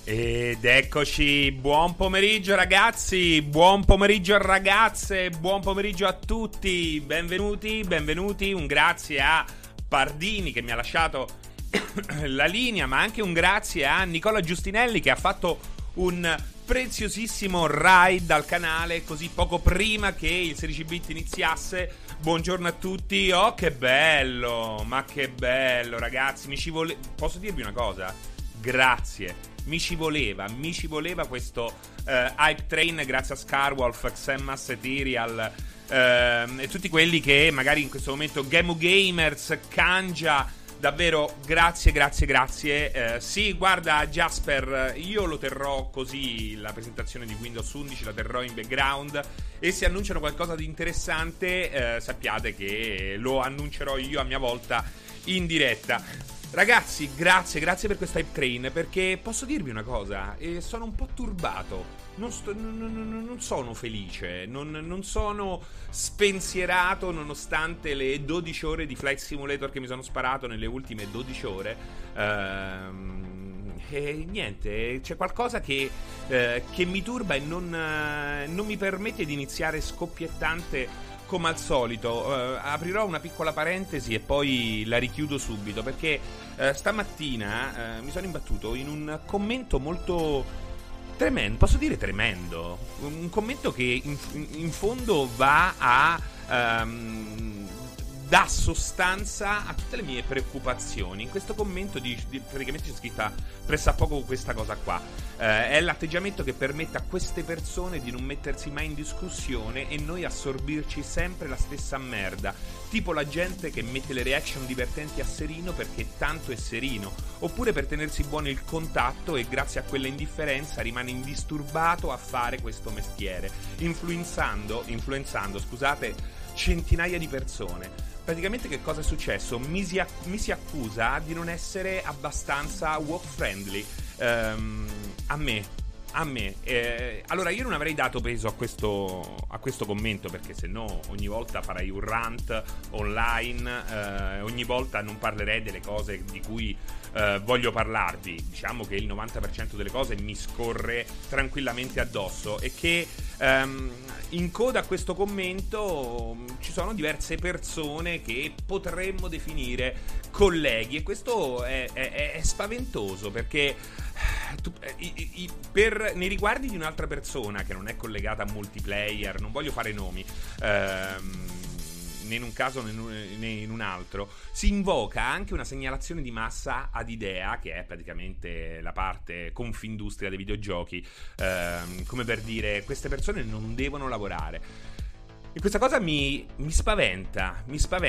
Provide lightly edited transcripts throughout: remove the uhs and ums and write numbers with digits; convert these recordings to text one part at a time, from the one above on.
Ed eccoci, buon pomeriggio ragazzi, buon pomeriggio ragazze, buon pomeriggio a tutti, benvenuti, un grazie a Pardini che mi ha lasciato la linea, ma anche un grazie a Nicola Giustinelli che ha fatto un preziosissimo ride al canale così poco prima che il 16-bit iniziasse. Buongiorno a tutti, oh che bello, ma che bello ragazzi, posso dirvi una cosa? Grazie. Mi ci voleva questo hype train grazie a Scarwolf, Xemmas, Ethereal e tutti quelli che magari in questo momento Gemu Gamers, Kanja, davvero grazie. Sì, guarda Jasper, io lo terrò così, la presentazione di Windows 11 la terrò in background e se annunciano qualcosa di interessante sappiate che lo annuncerò io a mia volta in diretta. Ragazzi, grazie per questa hype train, perché posso dirvi una cosa, sono un po' turbato, non sono felice, non sono spensierato nonostante le 12 ore di Flight Simulator che mi sono sparato nelle ultime 12 ore. E niente, c'è qualcosa che mi turba e non mi permette di iniziare scoppiettante come al solito. Aprirò una piccola parentesi e poi la richiudo subito, perché stamattina mi sono imbattuto in un commento molto tremendo, posso dire tremendo, un commento che in fondo va a dà sostanza a tutte le mie preoccupazioni. In questo commento praticamente c'è scritta pressappoco questa cosa qua. È l'atteggiamento che permette a queste persone di non mettersi mai in discussione e noi assorbirci sempre la stessa merda, tipo la gente che mette le reaction divertenti a Serino perché tanto è Serino, oppure per tenersi buono il contatto e grazie a quella indifferenza rimane indisturbato a fare questo mestiere, influenzando, scusate, centinaia di persone. Praticamente che cosa è successo? Mi si accusa di non essere abbastanza walk friendly. A me. Allora io non avrei dato peso a questo commento, perché se no ogni volta farei un rant online, ogni volta non parlerei delle cose di cui voglio parlarvi. Diciamo che il 90% delle cose mi scorre tranquillamente addosso e che in coda a questo commento ci sono diverse persone che potremmo definire colleghi, e questo è spaventoso, perché nei riguardi di un'altra persona che non è collegata a multiplayer, non voglio fare nomi, né in un caso né in un altro, si invoca anche una segnalazione di massa ad IDEA, che è praticamente la parte Confindustria dei videogiochi, come per dire queste persone non devono lavorare. E questa cosa mi spaventa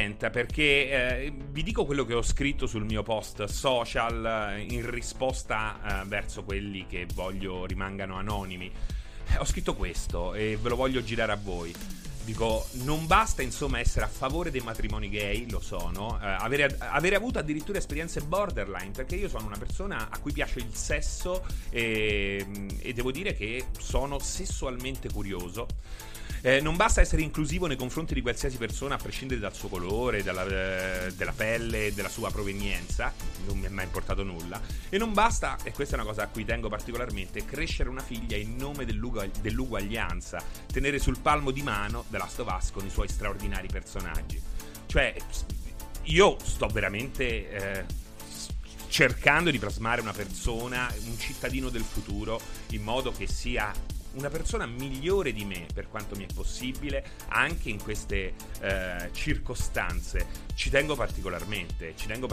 perché vi dico quello che ho scritto sul mio post social in risposta verso quelli che voglio rimangano anonimi. Ho scritto questo e ve lo voglio girare a voi. Dico, non basta insomma essere a favore dei matrimoni gay, lo sono, avere avuto addirittura esperienze borderline, perché io sono una persona a cui piace il sesso e devo dire che sono sessualmente curioso. Non basta essere inclusivo nei confronti di qualsiasi persona, a prescindere dal suo colore, della pelle, della sua provenienza, non mi è mai importato nulla. E non basta, e questa è una cosa a cui tengo particolarmente, crescere una figlia in nome dell'uguaglianza, tenere sul palmo di mano The Last of Us con i suoi straordinari personaggi. Cioè, io sto veramente cercando di plasmare una persona, un cittadino del futuro, in modo che sia una persona migliore di me per quanto mi è possibile, anche in queste circostanze. Ci tengo particolarmente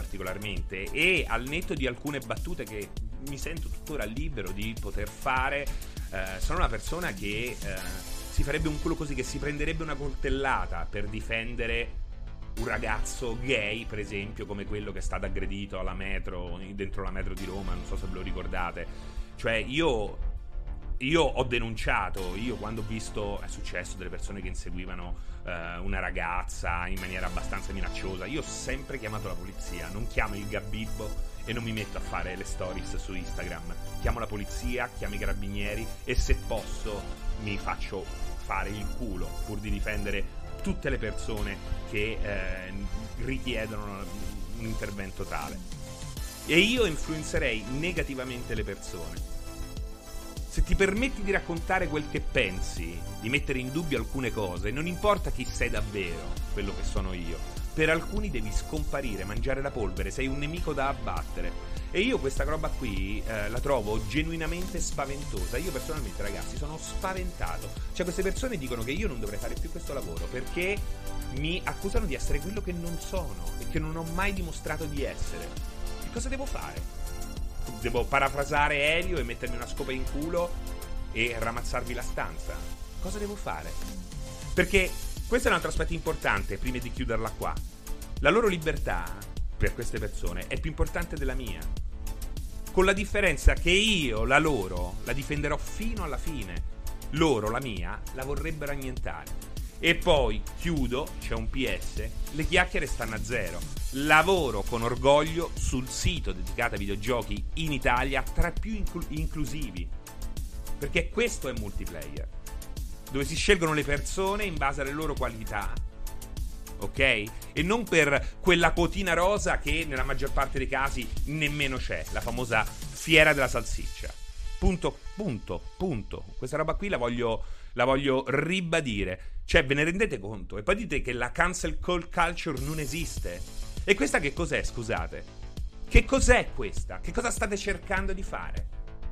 e al netto di alcune battute che mi sento tuttora libero di poter fare, sono una persona che si farebbe un culo così, che si prenderebbe una coltellata per difendere un ragazzo gay, per esempio, come quello che è stato aggredito alla metro, dentro la metro di Roma, non so se ve lo ricordate. Cioè io ho denunciato, quando ho visto, è successo, delle persone che inseguivano una ragazza in maniera abbastanza minacciosa, io ho sempre chiamato la polizia, non chiamo il Gabibbo e non mi metto a fare le stories su Instagram, chiamo la polizia, chiamo i carabinieri e se posso mi faccio fare il culo pur di difendere tutte le persone che richiedono un intervento tale. E io influenzerei negativamente le persone. se ti permetti di raccontare quel che pensi, di mettere in dubbio alcune cose, non importa chi sei davvero, quello che sono io, per alcuni devi scomparire, mangiare la polvere, sei un nemico da abbattere. E io questa roba qui la trovo genuinamente spaventosa. Io personalmente, ragazzi, sono spaventato. Cioè, queste persone dicono che io non dovrei fare più questo lavoro perché mi accusano di essere quello che non sono e che non ho mai dimostrato di essere. Che cosa devo fare? Devo parafrasare Elio e mettermi una scopa in culo e ramazzarvi la stanza? Cosa devo fare? Perché questo è un altro aspetto importante, prima di chiuderla qua. La loro libertà, per queste persone, è più importante della mia. Con la differenza che io, la loro, la difenderò fino alla fine. Loro, la mia, la vorrebbero annientare. E poi, chiudo, c'è un PS, le chiacchiere stanno a zero. Lavoro con orgoglio sul sito dedicato ai videogiochi in Italia tra i più inclusivi. Perché questo è multiplayer, dove si scelgono le persone in base alle loro qualità, ok? E non per quella quotina rosa che nella maggior parte dei casi nemmeno c'è, la famosa fiera della salsiccia. Punto. Questa roba qui la voglio ribadire. Cioè, ve ne rendete conto? E poi dite che la cancel culture non esiste. E questa che cos'è, scusate? Che cos'è questa? Che cosa state cercando di fare?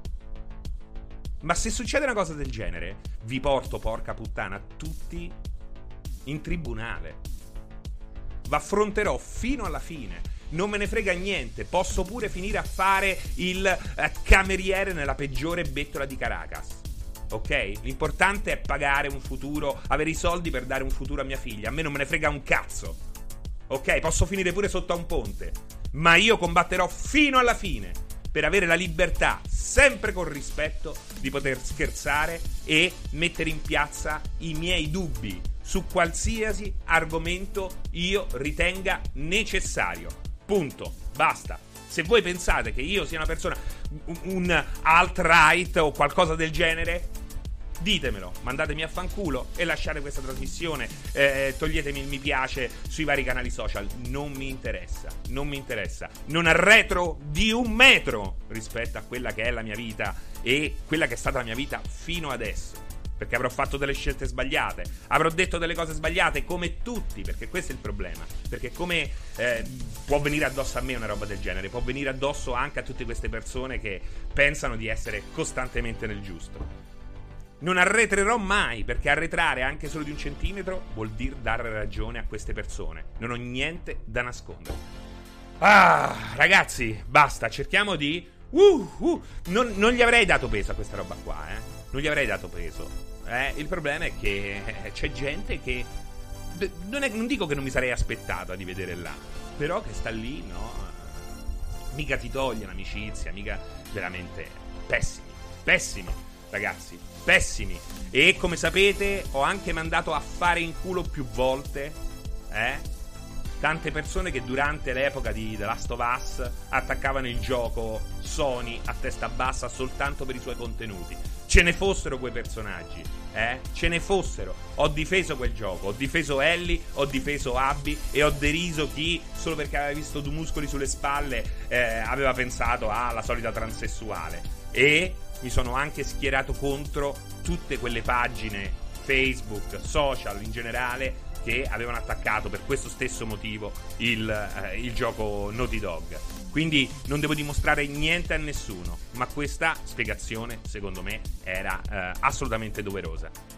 Ma se succede una cosa del genere, vi porto, porca puttana, tutti in tribunale. V'affronterò fino alla fine. Non me ne frega niente. Posso pure finire a fare il cameriere nella peggiore bettola di Caracas. Ok? L'importante è pagare un futuro, avere i soldi per dare un futuro a mia figlia. A me non me ne frega un cazzo. Ok? Posso finire pure sotto a un ponte. Ma io combatterò fino alla fine per avere la libertà, sempre con rispetto, di poter scherzare e mettere in piazza i miei dubbi su qualsiasi argomento io ritenga necessario. Punto. Basta. Se voi pensate che io sia una persona, un alt-right o qualcosa del genere, ditemelo, mandatemi a fanculo e lasciate questa trasmissione, toglietemi il mi piace sui vari canali social. Non mi interessa, non arretro di un metro rispetto a quella che è la mia vita e quella che è stata la mia vita fino adesso, perché avrò fatto delle scelte sbagliate, avrò detto delle cose sbagliate come tutti, perché questo è il problema. Perché come può venire addosso a me una roba del genere, può venire addosso anche a tutte queste persone che pensano di essere costantemente nel giusto. Non arretrerò mai, perché arretrare anche solo di un centimetro vuol dire dare ragione a queste persone. Non ho niente da nascondere. Ragazzi, basta, cerchiamo di... Non gli avrei dato peso a questa roba qua, non gli avrei dato peso. Il problema è che c'è gente che... Non dico che non mi sarei aspettata di vedere là, però che sta lì, no? Mica ti toglie l'amicizia, mica... Veramente pessimi, ragazzi, pessimi. E come sapete ho anche mandato a fare in culo più volte tante persone che durante l'epoca di The Last of Us attaccavano il gioco Sony a testa bassa soltanto per i suoi contenuti. Ce ne fossero quei personaggi, ce ne fossero. Ho difeso quel gioco, ho difeso Ellie, ho difeso Abby e ho deriso chi solo perché aveva visto due muscoli sulle spalle aveva pensato alla solita transessuale. E mi sono anche schierato contro tutte quelle pagine Facebook, social in generale, che avevano attaccato per questo stesso motivo il gioco Naughty Dog. Quindi non devo dimostrare niente a nessuno, ma questa spiegazione secondo me era assolutamente doverosa.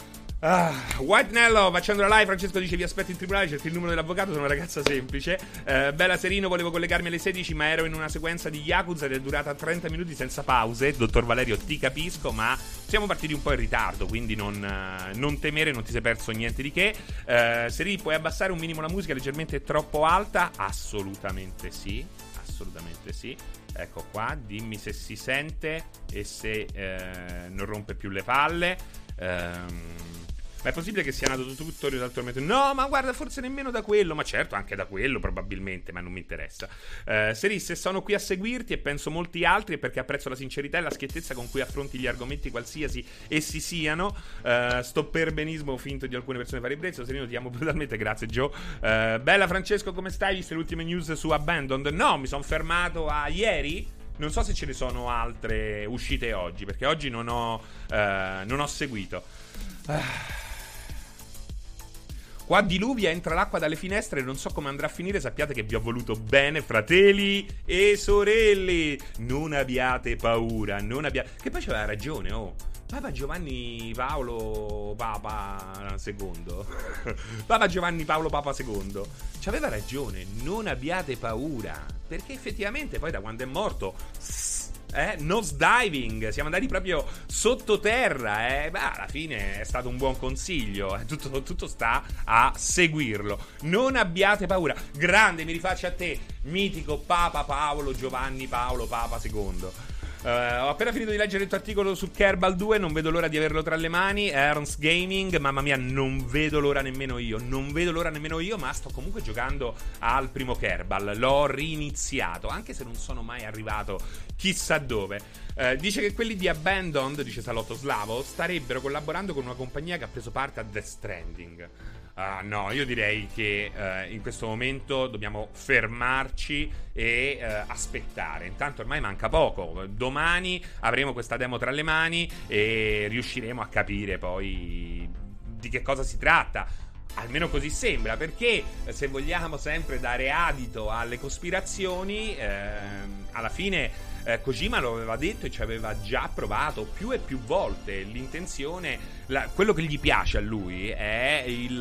White Nello, facendo la live, Francesco dice: vi aspetto in tribunale, cerchi il numero dell'avvocato, sono una ragazza semplice. Bella Serino, volevo collegarmi alle 16 ma ero in una sequenza di Yakuza ed è durata 30 minuti senza pause. Dottor Valerio, ti capisco, ma siamo partiti un po' in ritardo, quindi non temere, non ti sei perso niente di che. Serino, puoi abbassare un minimo la musica, leggermente troppo alta? Assolutamente sì. Ecco qua, dimmi se si sente e se non rompe più le palle. Ma è possibile che sia nato tutto dal tormento? No, ma guarda, forse nemmeno da quello. Ma certo, anche da quello probabilmente, ma non mi interessa. Seri, se sono qui a seguirti e penso molti altri è perché apprezzo la sincerità e la schiettezza con cui affronti gli argomenti qualsiasi essi siano. Sto perbenismo finto di alcune persone fare ribrezzo. Serino, ti amo brutalmente, grazie Joe. Bella Francesco, come stai? Viste le ultime news su Abandoned? No, mi sono fermato a ieri. Non so se ce ne sono altre uscite oggi, perché oggi non ho seguito. Qua diluvia, entra l'acqua dalle finestre e non so come andrà a finire. Sappiate che vi ho voluto bene, fratelli e sorelle. Non abbiate paura, Che poi c'aveva ragione, oh. Papa Giovanni Paolo Papa II. Papa Giovanni Paolo Papa II. C'aveva ragione, non abbiate paura. Perché effettivamente poi da quando è morto... nose diving, siamo andati proprio sottoterra, alla fine è stato un buon consiglio, tutto sta a seguirlo. Non abbiate paura. Grande, mi rifaccio a te, mitico Papa Paolo Giovanni Paolo Papa II. Ho appena finito di leggere il tuo articolo su Kerbal 2, non vedo l'ora di averlo tra le mani. Ernst Gaming, mamma mia, non vedo l'ora nemmeno io, ma sto comunque giocando al primo Kerbal. L'ho riniziato, anche se non sono mai arrivato chissà dove. Dice che quelli di Abandoned, dice Salotto Slavo, starebbero collaborando con una compagnia che ha preso parte a Death Stranding. No, io direi che in questo momento dobbiamo fermarci e aspettare. Intanto ormai manca poco. Domani avremo questa demo tra le mani e riusciremo a capire poi di che cosa si tratta. Almeno così sembra, perché se vogliamo sempre dare adito alle cospirazioni, alla fine Kojima lo aveva detto e ci aveva già provato più e più volte. L'intenzione, quello che gli piace a lui è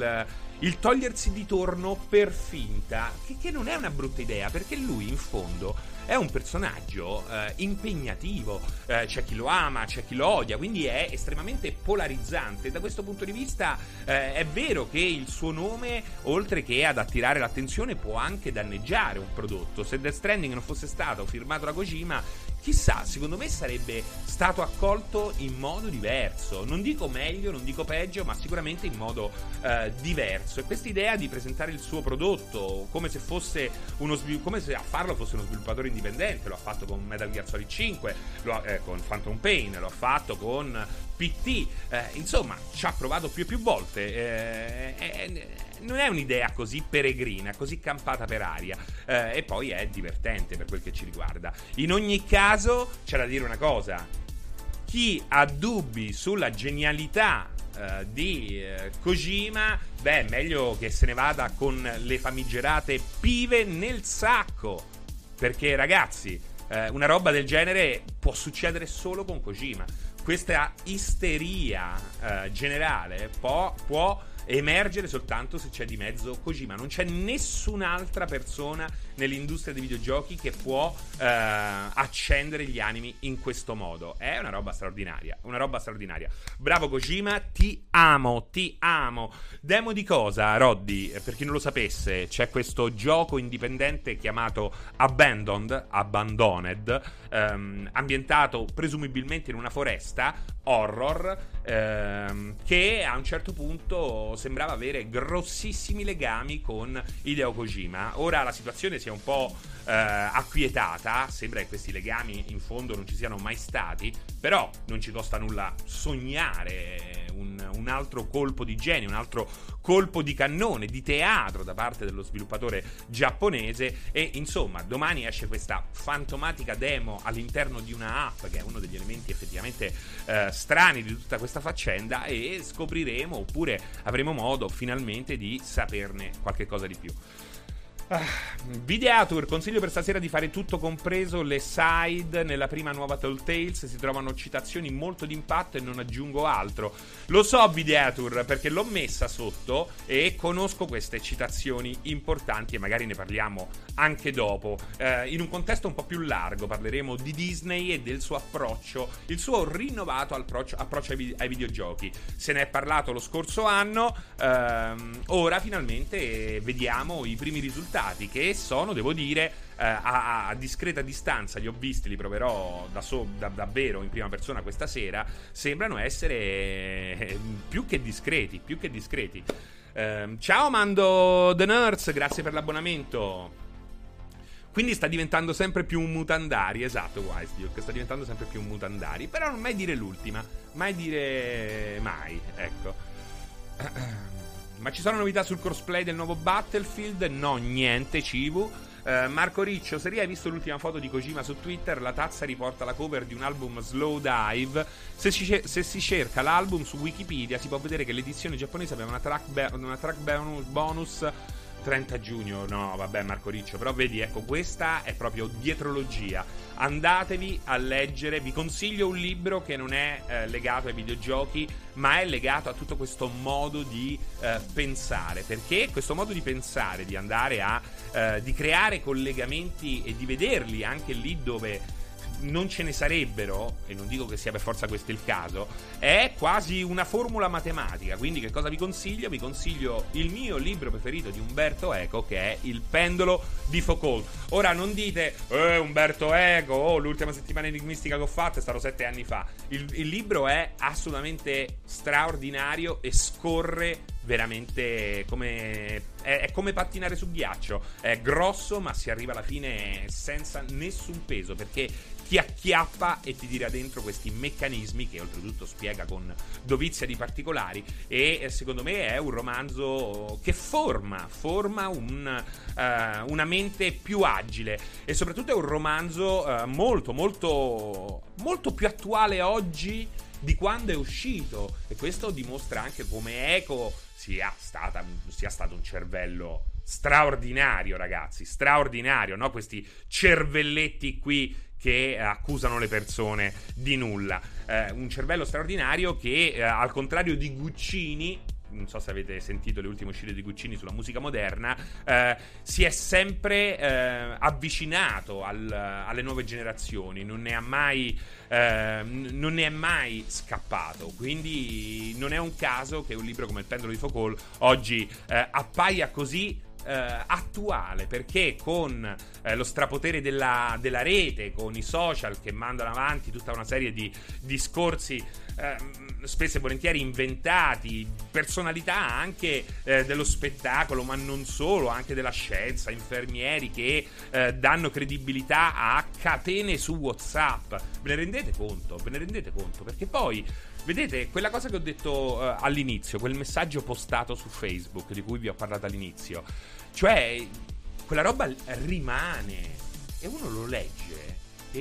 il togliersi di torno per finta, che non è una brutta idea, perché lui in fondo è un personaggio impegnativo, c'è chi lo ama, c'è chi lo odia, quindi è estremamente polarizzante. Da questo punto di vista è vero che il suo nome, oltre che ad attirare l'attenzione, può anche danneggiare un prodotto. Se Death Stranding non fosse stato firmato da Kojima, chissà, secondo me sarebbe stato accolto in modo diverso. Non dico meglio, non dico peggio, ma sicuramente in modo diverso. E questa idea di presentare il suo prodotto come se fosse come se a farlo fosse uno sviluppatore indipendente, lo ha fatto con Metal Gear Solid 5, con Phantom Pain, lo ha fatto con PT, insomma ci ha provato più e più volte. Non è un'idea così peregrina, così campata per aria, e poi è divertente per quel che ci riguarda. In ogni caso c'è da dire una cosa: chi ha dubbi sulla genialità di Kojima, beh, meglio che se ne vada con le famigerate pive nel sacco, perché ragazzi, una roba del genere può succedere solo con Kojima. Questa isteria generale può emergere soltanto se c'è di mezzo Kojima. Non c'è nessun'altra persona nell'industria dei videogiochi che può accendere gli animi in questo modo. È una roba straordinaria, Bravo Kojima, ti amo. Demo di cosa, Roddy? Per chi non lo sapesse, c'è questo gioco indipendente chiamato Abandoned, ambientato presumibilmente in una foresta, horror, che a un certo punto sembrava avere grossissimi legami con Hideo Kojima. Ora la situazione si è un po' acquietata, sembra che questi legami in fondo non ci siano mai stati, però non ci costa nulla sognare un altro colpo di genio, un altro colpo di cannone, di teatro da parte dello sviluppatore giapponese. E insomma, domani esce questa fantomatica demo all'interno di una app, che è uno degli elementi effettivamente strani di tutta questa faccenda, e scopriremo, oppure avremo modo finalmente di saperne qualche cosa di più. Videatur, consiglio per stasera di fare tutto compreso le side. Nella prima nuova Telltales si trovano citazioni molto d'impatto e non aggiungo altro. Lo so, Videatur, perché l'ho messa sotto e conosco queste citazioni importanti, e magari ne parliamo anche dopo, in un contesto un po' più largo. Parleremo di Disney e del suo approccio, il suo rinnovato approccio ai videogiochi. Se ne è parlato lo scorso anno, ora finalmente vediamo i primi risultati, che sono, devo dire, a discreta distanza, li ho visti, li proverò davvero in prima persona questa sera, sembrano essere più che discreti. Ciao Mando The Nerds, grazie per l'abbonamento. Quindi sta diventando sempre più un mutandari, esatto, Wiseduke, sta diventando sempre più un mutandari, però non mai dire l'ultima, ecco. Ma ci sono novità sul crossplay del nuovo Battlefield? No, niente, Civu. Marco Riccio, se hai visto l'ultima foto di Kojima su Twitter, la tazza riporta la cover di un album Slow Dive. Se si cerca l'album su Wikipedia si può vedere che l'edizione giapponese aveva una track bonus 30 giugno. No, vabbè, Marco Riccio, però vedi, ecco, questa è proprio dietrologia. Andatevi a leggere, vi consiglio un libro che non è legato ai videogiochi, ma è legato a tutto questo modo di pensare, perché questo modo di pensare, di andare di creare collegamenti e di vederli anche lì dove non ce ne sarebbero, e non dico che sia per forza questo il caso, è quasi una formula matematica. Quindi che cosa vi consiglio? Vi consiglio il mio libro preferito di Umberto Eco, che è Il pendolo di Foucault. Ora non dite Umberto Eco, l'ultima settimana enigmistica che ho fatto è stato 7 anni fa. Il libro è assolutamente straordinario e scorre veramente come è come pattinare su ghiaccio. È grosso, ma si arriva alla fine senza nessun peso, perché ti acchiappa e ti tira dentro questi meccanismi che oltretutto spiega con dovizia di particolari. E secondo me è un romanzo che forma una mente più agile, e soprattutto è un romanzo molto molto molto più attuale oggi di quando è uscito, e questo dimostra anche come Eco sia stato un cervello straordinario, ragazzi, straordinario, no? Questi cervelletti qui che accusano le persone di nulla. Un cervello straordinario che, al contrario di Guccini, non so se avete sentito le ultime uscite di Guccini sulla musica moderna, si è sempre avvicinato alle nuove generazioni, non ne è mai scappato. Quindi non è un caso che un libro come Il pendolo di Foucault oggi appaia così attuale, perché con lo strapotere della rete, con i social che mandano avanti tutta una serie di discorsi spesso e volentieri inventati, personalità anche dello spettacolo, ma non solo, anche della scienza, infermieri che danno credibilità a catene su WhatsApp. Ve ne rendete conto? Perché poi vedete, quella cosa che ho detto all'inizio, quel messaggio postato su Facebook di cui vi ho parlato all'inizio, cioè quella roba rimane e uno lo legge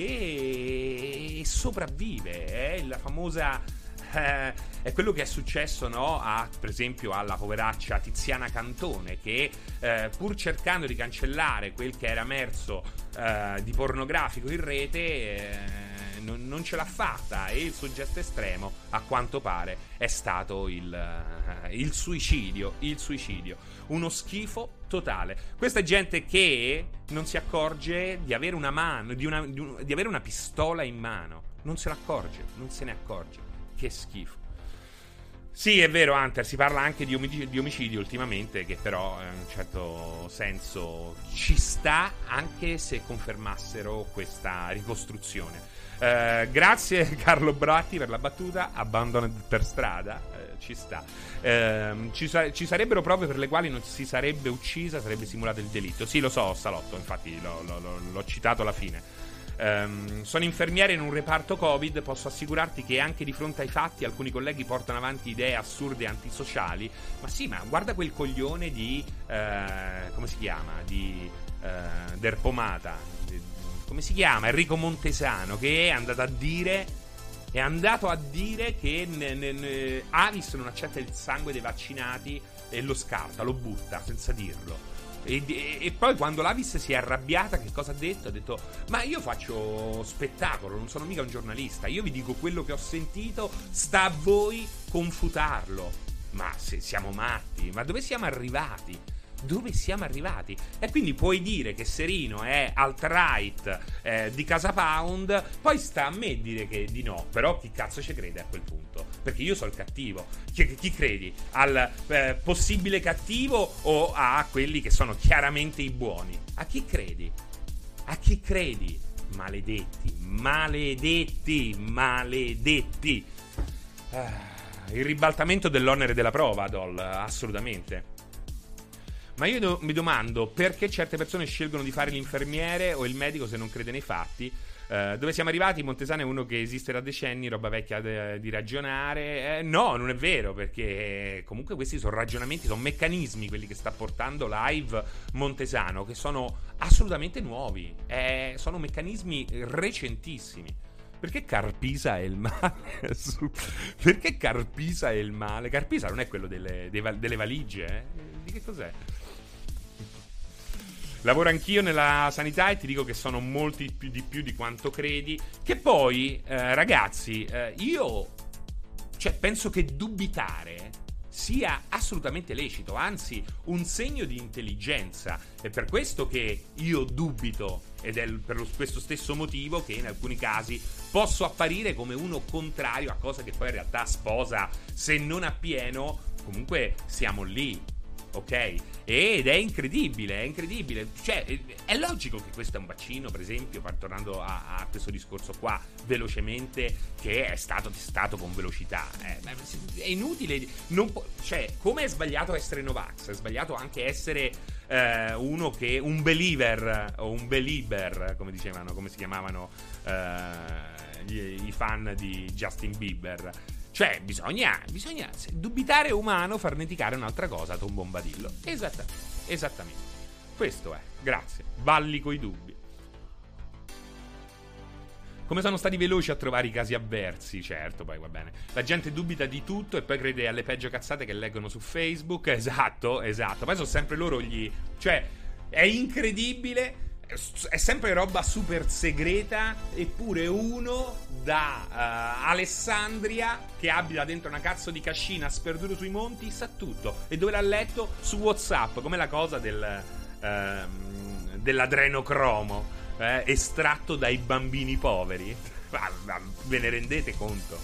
e sopravvive. È la famosa è quello che è successo, no? Per esempio alla poveraccia Tiziana Cantone, che pur cercando di cancellare quel che era emerso di pornografico in rete, non ce l'ha fatta, e il suo gesto estremo, a quanto pare, è stato il suicidio. Uno schifo totale. Questa è gente che non si accorge di avere una mano, di avere una pistola in mano. Non se ne accorge. Che schifo. Sì, è vero, Hunter, si parla anche di omicidi ultimamente, che però in un certo senso ci sta, anche se confermassero questa ricostruzione. Grazie Carlo Bratti per la battuta. Abandoned per strada, ci sta. Ci sarebbero prove per le quali non si sarebbe uccisa, sarebbe simulato il delitto. Sì, lo so, Salotto, infatti l'ho citato alla fine. Sono infermiere in un reparto Covid. Posso assicurarti che anche di fronte ai fatti alcuni colleghi portano avanti idee assurde e antisociali. Ma sì, ma guarda quel coglione di come si chiama? Del Pomata, come si chiama? Enrico Montesano, che è andato a dire che Avis non accetta il sangue dei vaccinati e lo scarta, lo butta senza dirlo. E poi quando l'Avis si è arrabbiata, che cosa ha detto? Ha detto: ma io faccio spettacolo, non sono mica un giornalista, io vi dico quello che ho sentito, sta a voi confutarlo. Ma se siamo matti, ma dove siamo arrivati? E quindi puoi dire che Serino è alt-right di Casa Pound, poi sta a me dire che di no. Però chi cazzo ci crede a quel punto? Perché io sono il cattivo. Chi credi? Al possibile cattivo o a quelli che sono chiaramente i buoni? A chi credi? Maledetti. Il ribaltamento dell'onere della prova, Dol, assolutamente. Ma io mi domando perché certe persone scelgono di fare l'infermiere o il medico se non crede nei fatti. Dove siamo arrivati? Montesano è uno che esiste da decenni, roba vecchia di ragionare. No, non è vero, perché comunque questi sono ragionamenti, sono meccanismi quelli che sta portando live Montesano, che sono assolutamente nuovi. Sono meccanismi recentissimi. Perché Carpisa è il male? Perché Carpisa è il male? Carpisa non è quello delle valigie, eh? Di che cos'è? Lavoro anch'io nella sanità e ti dico che sono molti di più di quanto credi. Che poi, ragazzi, io penso che dubitare sia assolutamente lecito, anzi un segno di intelligenza. È per questo che io dubito, ed è per questo stesso motivo che in alcuni casi posso apparire come uno contrario a cose che poi in realtà sposa, se non appieno, comunque siamo lì. Ok? Ed è incredibile, Cioè, è logico che questo è un vaccino, per esempio, tornando a questo discorso qua, velocemente, che è stato testato con velocità. È inutile. Come è sbagliato essere Novax, è sbagliato anche essere un believer, o un belieber, come si chiamavano i fan di Justin Bieber. Cioè, bisogna dubitare è umano, farneticare è un'altra cosa, Tom Bombadillo. Esattamente. Questo è. Grazie. Balli coi dubbi. Come sono stati veloci a trovare i casi avversi, certo, poi va bene. La gente dubita di tutto e poi crede alle peggio cazzate che leggono su Facebook. Esatto. Poi sono sempre loro Cioè, è incredibile. È sempre roba super segreta. Eppure uno da Alessandria, che abita dentro una cazzo di cascina sperduto sui monti, sa tutto. E dove l'ha letto? Su WhatsApp. Come la cosa dell'adrenocromo estratto dai bambini poveri. Ve ne rendete conto?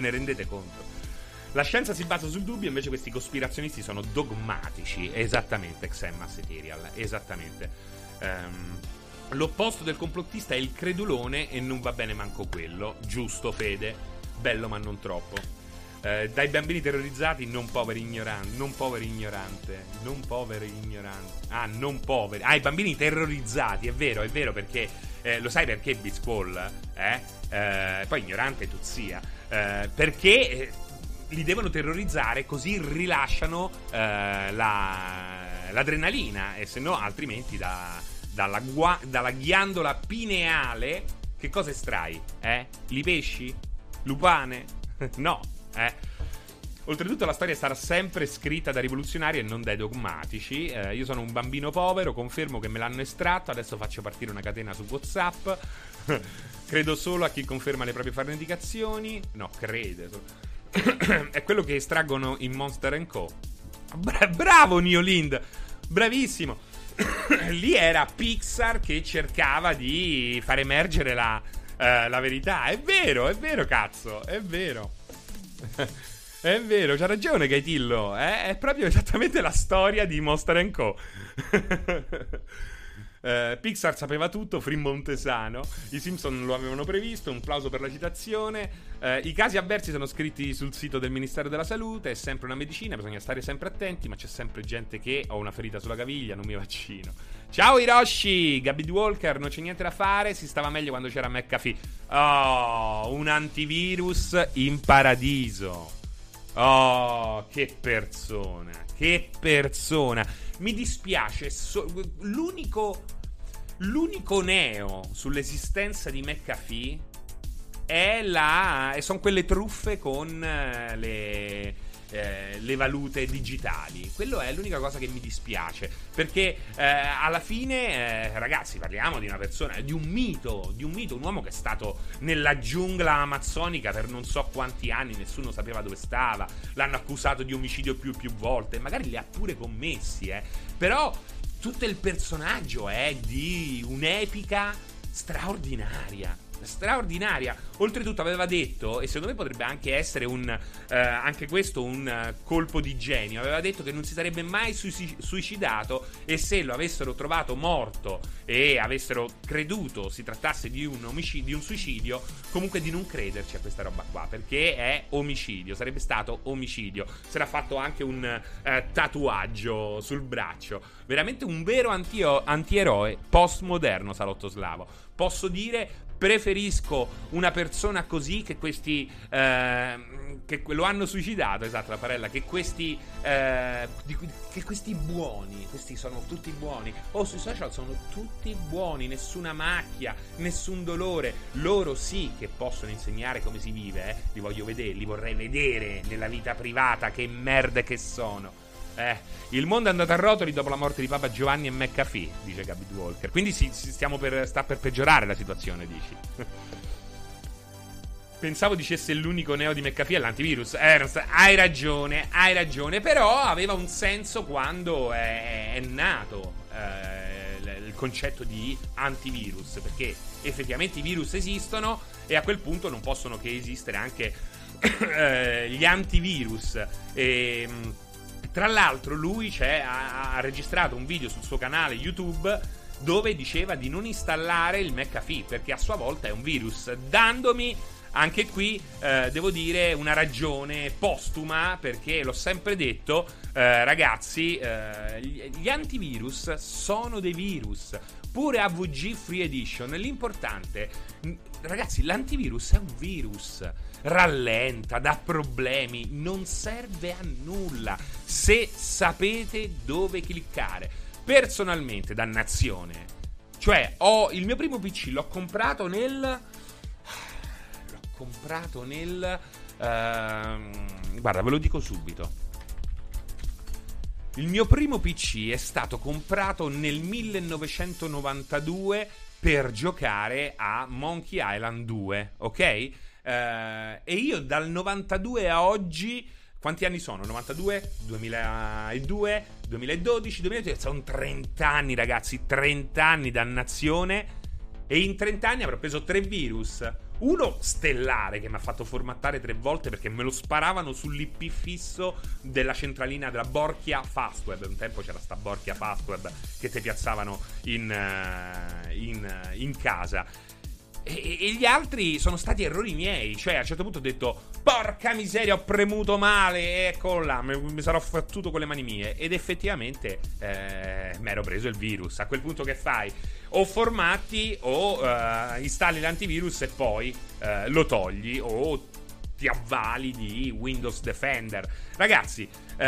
La scienza si basa sul dubbio, invece questi cospirazionisti sono dogmatici. Esattamente, Xemmas Ethereal. Esattamente. L'opposto del complottista è il credulone e non va bene manco quello. Giusto, Fede. Bello ma non troppo. Dai bambini terrorizzati, non poveri ignoranti. Non poveri i bambini terrorizzati. È vero, perché lo sai perché Bizquall? Poi ignorante tu sia. Perché li devono terrorizzare, così rilasciano l'adrenalina, e se no altrimenti dalla ghiandola pineale che cosa estrai? Li pesci? Lupane? No, Oltretutto la storia sarà sempre scritta da rivoluzionari e non dai dogmatici. Io sono un bambino povero, confermo che me l'hanno estratto, adesso faccio partire una catena su WhatsApp. Credo solo a chi conferma le proprie farneticazioni. No, crede. È quello che estraggono in Monster & Co. Bravo Neolind, bravissimo. Lì era Pixar che cercava di far emergere la verità. È vero, cazzo, è vero. È vero, c'ha ragione Gaitillo. È proprio esattamente la storia di Monster & Co. Pixar sapeva tutto, Free Montesano. I Simpson lo avevano previsto. Un plauso per la citazione. I casi avversi sono scritti sul sito del Ministero della Salute. È sempre una medicina, bisogna stare sempre attenti, ma c'è sempre gente che ho una ferita sulla caviglia, non mi vaccino. Ciao Hiroshi, Gaby Walker, non c'è niente da fare, si stava meglio quando c'era McAfee. Oh, un antivirus in paradiso. Oh, che persona. Mi dispiace, l'unico neo sull'esistenza di McAfee sono quelle truffe con le valute digitali. Quello è l'unica cosa che mi dispiace, perché alla fine ragazzi, parliamo di una persona, di un mito, un uomo che è stato nella giungla amazzonica per non so quanti anni, nessuno sapeva dove stava, l'hanno accusato di omicidio più volte, magari li ha pure commessi, però tutto il personaggio è di un'epica straordinaria. Oltretutto aveva detto, e secondo me potrebbe anche essere anche questo un colpo di genio, aveva detto che non si sarebbe mai suicidato, e se lo avessero trovato morto e avessero creduto si trattasse di un omicidio, di un suicidio, comunque di non crederci a questa roba qua, perché è omicidio, sarebbe stato omicidio. Si era fatto anche un tatuaggio sul braccio. Veramente un vero antieroe postmoderno, Salotto Slavo. Posso dire preferisco una persona così che questi che lo hanno suicidato, esatto, la parella, che questi che questi buoni, questi sono tutti buoni, sui social sono tutti buoni, nessuna macchia, nessun dolore. Loro sì che possono insegnare come si vive, li voglio vedere, li vorrei vedere nella vita privata, che merde che sono. Il mondo è andato a rotoli dopo la morte di Papa Giovanni e McAfee, dice Gabby Walker. Quindi sta per peggiorare la situazione, dici? Pensavo dicesse l'unico neo di McAfee è l'antivirus. Ernst, hai ragione. Però aveva un senso quando è nato il concetto di antivirus, perché effettivamente i virus esistono e a quel punto non possono che esistere anche gli antivirus. Tra l'altro lui ha registrato un video sul suo canale YouTube dove diceva di non installare il McAfee perché a sua volta è un virus, dandomi anche qui devo dire una ragione postuma, perché l'ho sempre detto, ragazzi, gli antivirus sono dei virus, pure AVG Free Edition. L'importante, ragazzi, l'antivirus è un virus, rallenta, dà problemi, non serve a nulla se sapete dove cliccare. Personalmente, dannazione, cioè ho il mio primo PC, l'ho comprato nel guarda, ve lo dico subito. Il mio primo PC è stato comprato nel 1992 per giocare a Monkey Island 2, ok? E io dal 92 a oggi, quanti anni sono? 92, 2002, 2012, 2013, sono 30 anni, ragazzi, 30 anni, dannazione. E in 30 anni avrò preso 3 virus. Uno stellare che mi ha fatto formattare 3 volte perché me lo sparavano sull'IP fisso della centralina della Borchia Fastweb. Un tempo c'era sta Borchia Fastweb che ti piazzavano in casa. E gli altri sono stati errori miei. Cioè a un certo punto ho detto porca miseria, ho premuto male, ecco là, mi sarò fottuto con le mani mie. Ed effettivamente mi ero preso il virus. A quel punto che fai? O formatti o installi l'antivirus e poi lo togli, o ti avvali di Windows Defender. Ragazzi,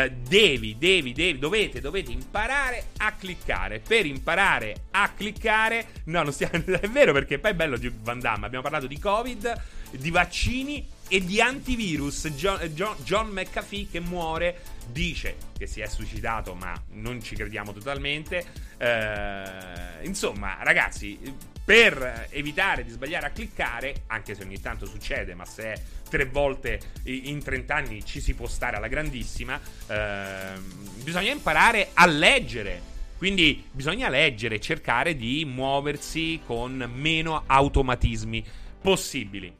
dovete imparare a cliccare. Per imparare a cliccare, no, non stiamo, è vero, perché poi è bello di Van Damme. Abbiamo parlato di Covid, di vaccini e di antivirus. John McAfee che muore, dice che si è suicidato, ma non ci crediamo totalmente. Insomma, ragazzi, per evitare di sbagliare a cliccare, anche se ogni tanto succede, ma se è 3 volte in 30 anni ci si può stare alla grandissima, bisogna imparare a leggere. Quindi bisogna leggere, cercare di muoversi con meno automatismi possibili.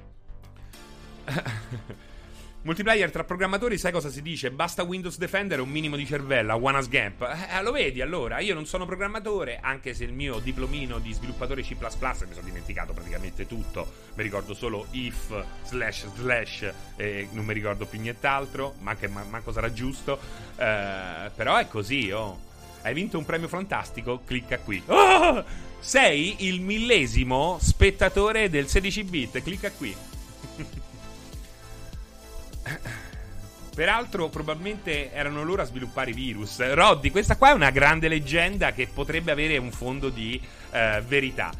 Multiplayer tra programmatori, sai cosa si dice? Basta Windows Defender e un minimo di cervello, a Wanna Scamp. Lo vedi allora? Io non sono programmatore, anche se il mio diplomino di sviluppatore C++, mi sono dimenticato praticamente tutto. Mi ricordo solo if, // e non mi ricordo più nient'altro, manco sarà giusto. Però è così, oh. Hai vinto un premio fantastico? Clicca qui. Oh! Sei il 1000° spettatore del 16-bit, clicca qui. Peraltro probabilmente erano loro a sviluppare i virus. Roddy, questa qua è una grande leggenda che potrebbe avere un fondo di verità.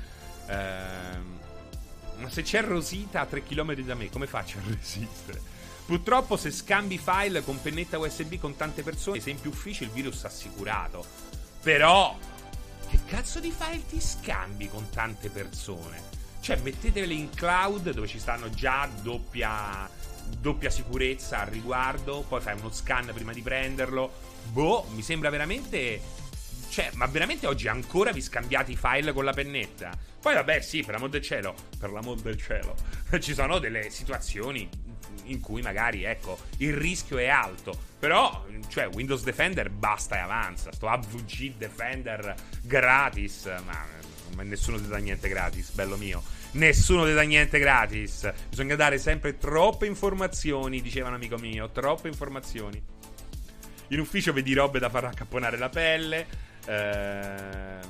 Ma se c'è Rosita a 3 km da me, come faccio a resistere? Purtroppo se scambi file con pennetta USB con tante persone, sei in più uffici, il virus assicurato. Però che cazzo di file ti scambi con tante persone? Cioè mettetele in cloud dove ci stanno già doppia sicurezza al riguardo, poi fai uno scan prima di prenderlo. Mi sembra veramente, cioè, ma veramente oggi ancora vi scambiate i file con la pennetta? Poi vabbè, sì, per l'amor del cielo ci sono delle situazioni in cui magari, ecco, il rischio è alto, però, cioè, Windows Defender basta e avanza. Sto AVG Defender gratis, ma nessuno ti dà niente gratis, bello mio. Nessuno ti dà niente gratis. Bisogna dare sempre troppe informazioni, diceva un amico mio. Troppe informazioni. In ufficio vedi robe da far accapponare la pelle.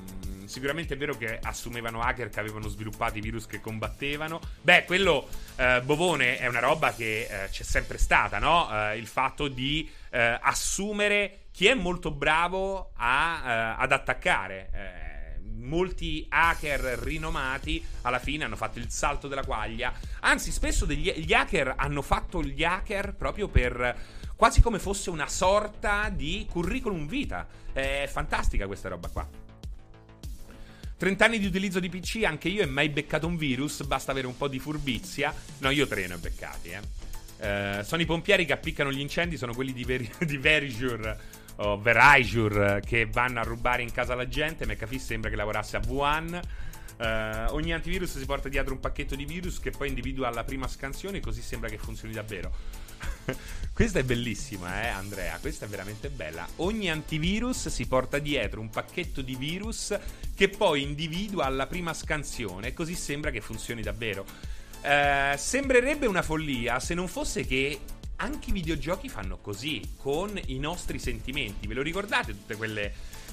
Sicuramente è vero che assumevano hacker che avevano sviluppato i virus che combattevano. Beh, quello, Bovone, è una roba che c'è sempre stata, no? Il fatto di assumere chi è molto bravo ad attaccare. Molti hacker rinomati alla fine hanno fatto il salto della quaglia. Anzi, spesso gli hacker hanno fatto gli hacker proprio per quasi come fosse una sorta di curriculum vita. È fantastica questa roba qua. 30 anni di utilizzo di PC, anche io, e mai beccato un virus. Basta avere un po' di furbizia. No, io 3 ne ho beccati, sono i pompieri che appiccano gli incendi. Sono quelli di Verisure o Verisure che vanno a rubare in casa la gente. McAfee sembra che lavorasse a Wuhan. Ogni antivirus si porta dietro un pacchetto di virus che poi individua alla prima scansione, così sembra che funzioni davvero. Questa è bellissima, Andrea. Questa è veramente bella. Ogni antivirus si porta dietro un pacchetto di virus che poi individua alla prima scansione, così sembra che funzioni davvero. Sembrerebbe una follia se non fosse che anche i videogiochi fanno così con i nostri sentimenti. Ve lo ricordate tutte quelle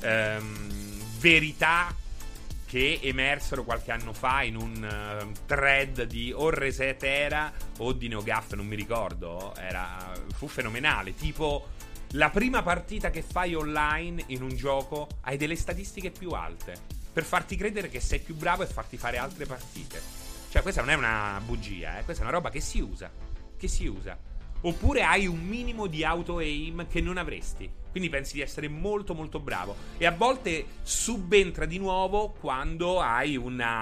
verità che emersero qualche anno fa in un thread di o Reset Era o di NeoGAF, non mi ricordo. Fu fenomenale. Tipo, la prima partita che fai online in un gioco hai delle statistiche più alte per farti credere che sei più bravo e farti fare altre partite. Cioè, questa non è una bugia, questa è una roba che si usa. Oppure hai un minimo di auto-aim che non avresti, quindi pensi di essere molto molto bravo, e a volte subentra di nuovo quando hai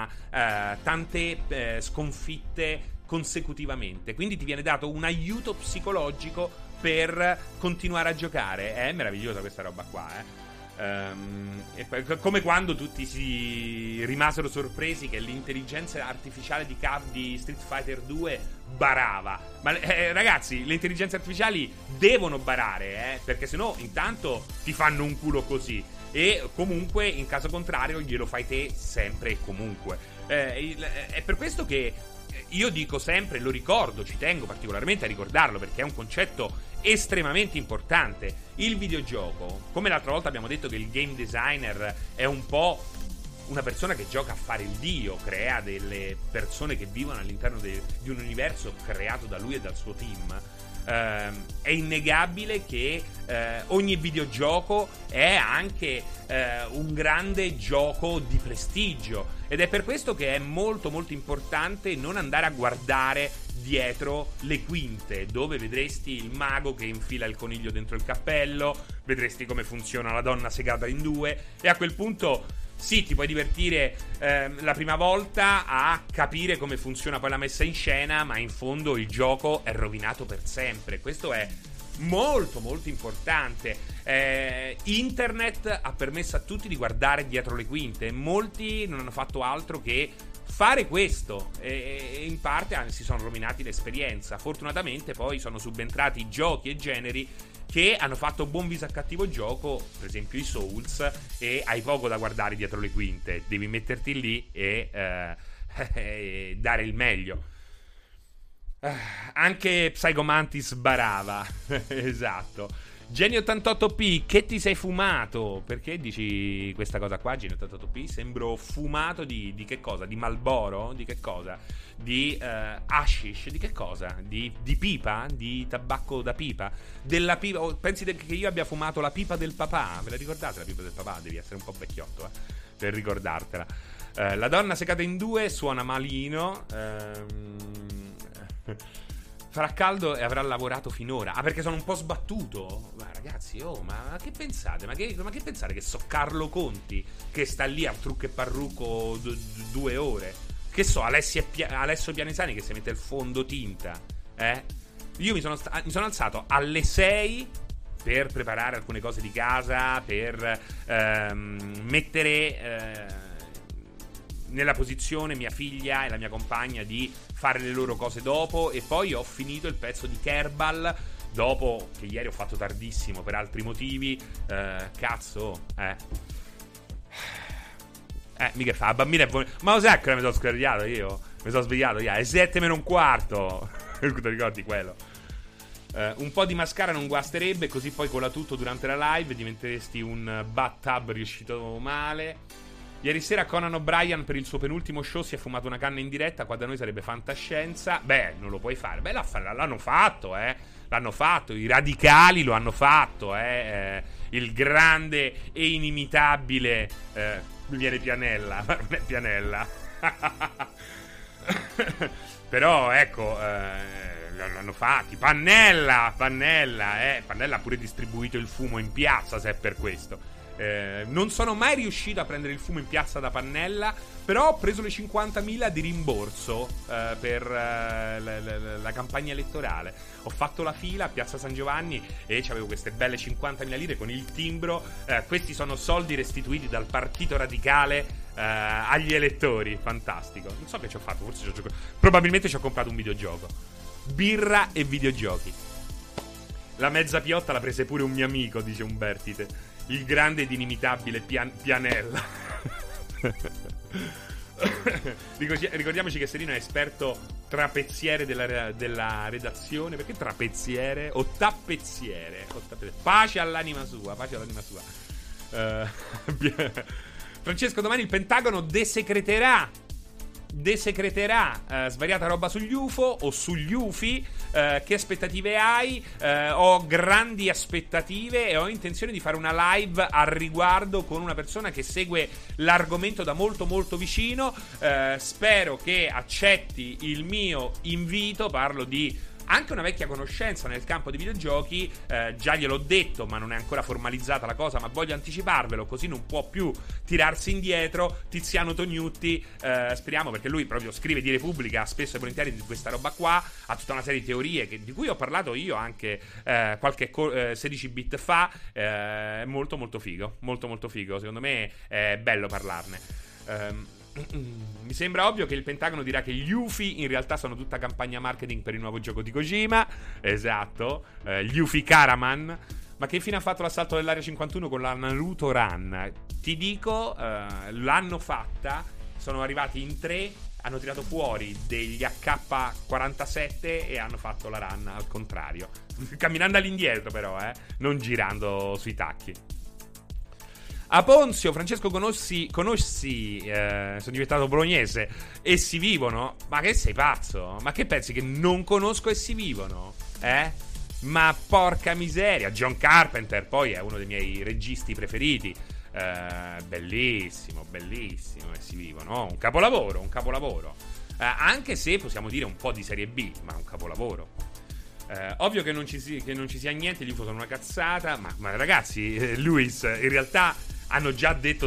tante sconfitte consecutivamente, quindi ti viene dato un aiuto psicologico per continuare a giocare. È meravigliosa questa roba qua, e poi, come quando tutti si rimasero sorpresi che l'intelligenza artificiale di Street Fighter 2 barava. Ma ragazzi, le intelligenze artificiali devono barare, perché sennò intanto ti fanno un culo così, e comunque in caso contrario glielo fai te sempre e comunque. È per questo che io dico sempre, lo ricordo, ci tengo particolarmente a ricordarlo, perché è un concetto estremamente importante. Il videogioco, come l'altra volta abbiamo detto che il game designer è un po' una persona che gioca a fare il dio, crea delle persone che vivono all'interno di un universo creato da lui e dal suo team. È innegabile che ogni videogioco è anche un grande gioco di prestigio, ed è per questo che è molto molto importante non andare a guardare dietro le quinte, dove vedresti il mago che infila il coniglio dentro il cappello, vedresti come funziona la donna segata in due, e a quel punto sì, ti puoi divertire la prima volta a capire come funziona poi la messa in scena, ma in fondo il gioco è rovinato per sempre. Questo è molto molto importante. Internet ha permesso a tutti di guardare dietro le quinte, molti non hanno fatto altro che fare questo, e in parte si sono rovinati l'esperienza. Fortunatamente poi sono subentrati giochi e generi che hanno fatto buon viso a cattivo gioco, per esempio i Souls, e hai poco da guardare dietro le quinte, devi metterti lì e dare il meglio. Anche Psycho Mantis barava. Esatto. Geni88p, che ti sei fumato? Perché dici questa cosa qua, Geni88p? Sembro fumato di che cosa? Di Marlboro? Di che cosa? Di hashish? Di che cosa? Di pipa? Di tabacco da pipa? Della pipa? Pensi che io abbia fumato la pipa del papà? Ve la ricordate la pipa del papà? Devi essere un po' vecchiotto per ricordartela. La donna secata in due suona malino. Farà caldo e avrà lavorato finora. Ah, perché sono un po' sbattuto. Ma ragazzi, ma che pensate? Ma che pensate che so Carlo Conti, che sta lì a trucco e parrucco 2 ore? Che so, Alessio Pianesani che si mette il fondotinta. Io mi sono alzato alle 6 per preparare alcune cose di casa, per mettere nella posizione mia figlia e la mia compagna di fare le loro cose dopo, e poi ho finito il pezzo di Kerbal dopo che ieri ho fatto tardissimo per altri motivi. Mica fa la bambina ma lo sai che mi sono svegliato io? Mi sono svegliato io alle 7 meno un quarto. Ti ricordi quello? Un po' di mascara non guasterebbe, così poi cola tutto durante la live, diventeresti un bathtub riuscito male. Ieri sera Conan O'Brien per il suo penultimo show si è fumato una canna in diretta. Qua da noi sarebbe fantascienza. Beh, non lo puoi fare. Beh, l'hanno fatto, l'hanno fatto. I radicali lo hanno fatto, il grande e inimitabile mi viene Pianella, ma non è Pianella. Però ecco, l'hanno fatti. Pannella ha pure distribuito il fumo in piazza, se è per questo. Non sono mai riuscito a prendere il fumo in piazza da Pannella, però ho preso le 50.000 di rimborso per la campagna elettorale. Ho fatto la fila a Piazza San Giovanni e avevo queste belle 50.000 lire con il timbro. Questi sono soldi restituiti dal Partito Radicale agli elettori. Fantastico. Non so che ci ho fatto, forse probabilmente ci ho comprato un videogioco. Birra e videogiochi. La mezza piotta l'ha presa pure un mio amico, dice Umbertite. Il grande ed inimitabile Pianella. Ricordiamoci che Serino è esperto trapezziere della redazione. Perché trapezziere? O tappezziere? Pace all'anima sua. Francesco, domani il Pentagono desecreterà svariata roba sugli UFO o sugli UFI. Che aspettative hai? Ho grandi aspettative e ho intenzione di fare una live al riguardo con una persona che segue l'argomento da molto molto vicino. Spero che accetti il mio invito. Parlo di anche una vecchia conoscenza nel campo dei videogiochi. Già gliel'ho detto, ma non è ancora formalizzata la cosa, ma voglio anticiparvelo, così non può più tirarsi indietro. Tiziano Tognutti, speriamo, perché lui proprio scrive di Repubblica spesso e volentieri di questa roba qua, ha tutta una serie di teorie di cui ho parlato io anche qualche 16 bit fa. Molto molto figo, molto molto figo, secondo me è bello parlarne. Mi sembra ovvio che il Pentagono dirà che gli UFI in realtà sono tutta campagna marketing per il nuovo gioco di Kojima. Esatto, gli UFI Karaman. Ma che fine ha fatto l'assalto dell'Area 51 con la Naruto Run? Ti dico, l'hanno fatta, sono arrivati in 3, hanno tirato fuori degli AK-47 e hanno fatto la run al contrario, camminando all'indietro però, non girando sui tacchi. A Ponzio, Francesco, conosci sono diventato bolognese. Essi vivono? Ma che sei pazzo? Ma che pensi che non conosco Essi vivono? Ma porca miseria. John Carpenter poi è uno dei miei registi preferiti. Bellissimo, bellissimo Essi vivono. Un capolavoro. Anche se possiamo dire un po' di serie B, ma un capolavoro. Ovvio che non ci sia niente. Gli UFO sono una cazzata. Ma ragazzi, Luis, in realtà hanno già detto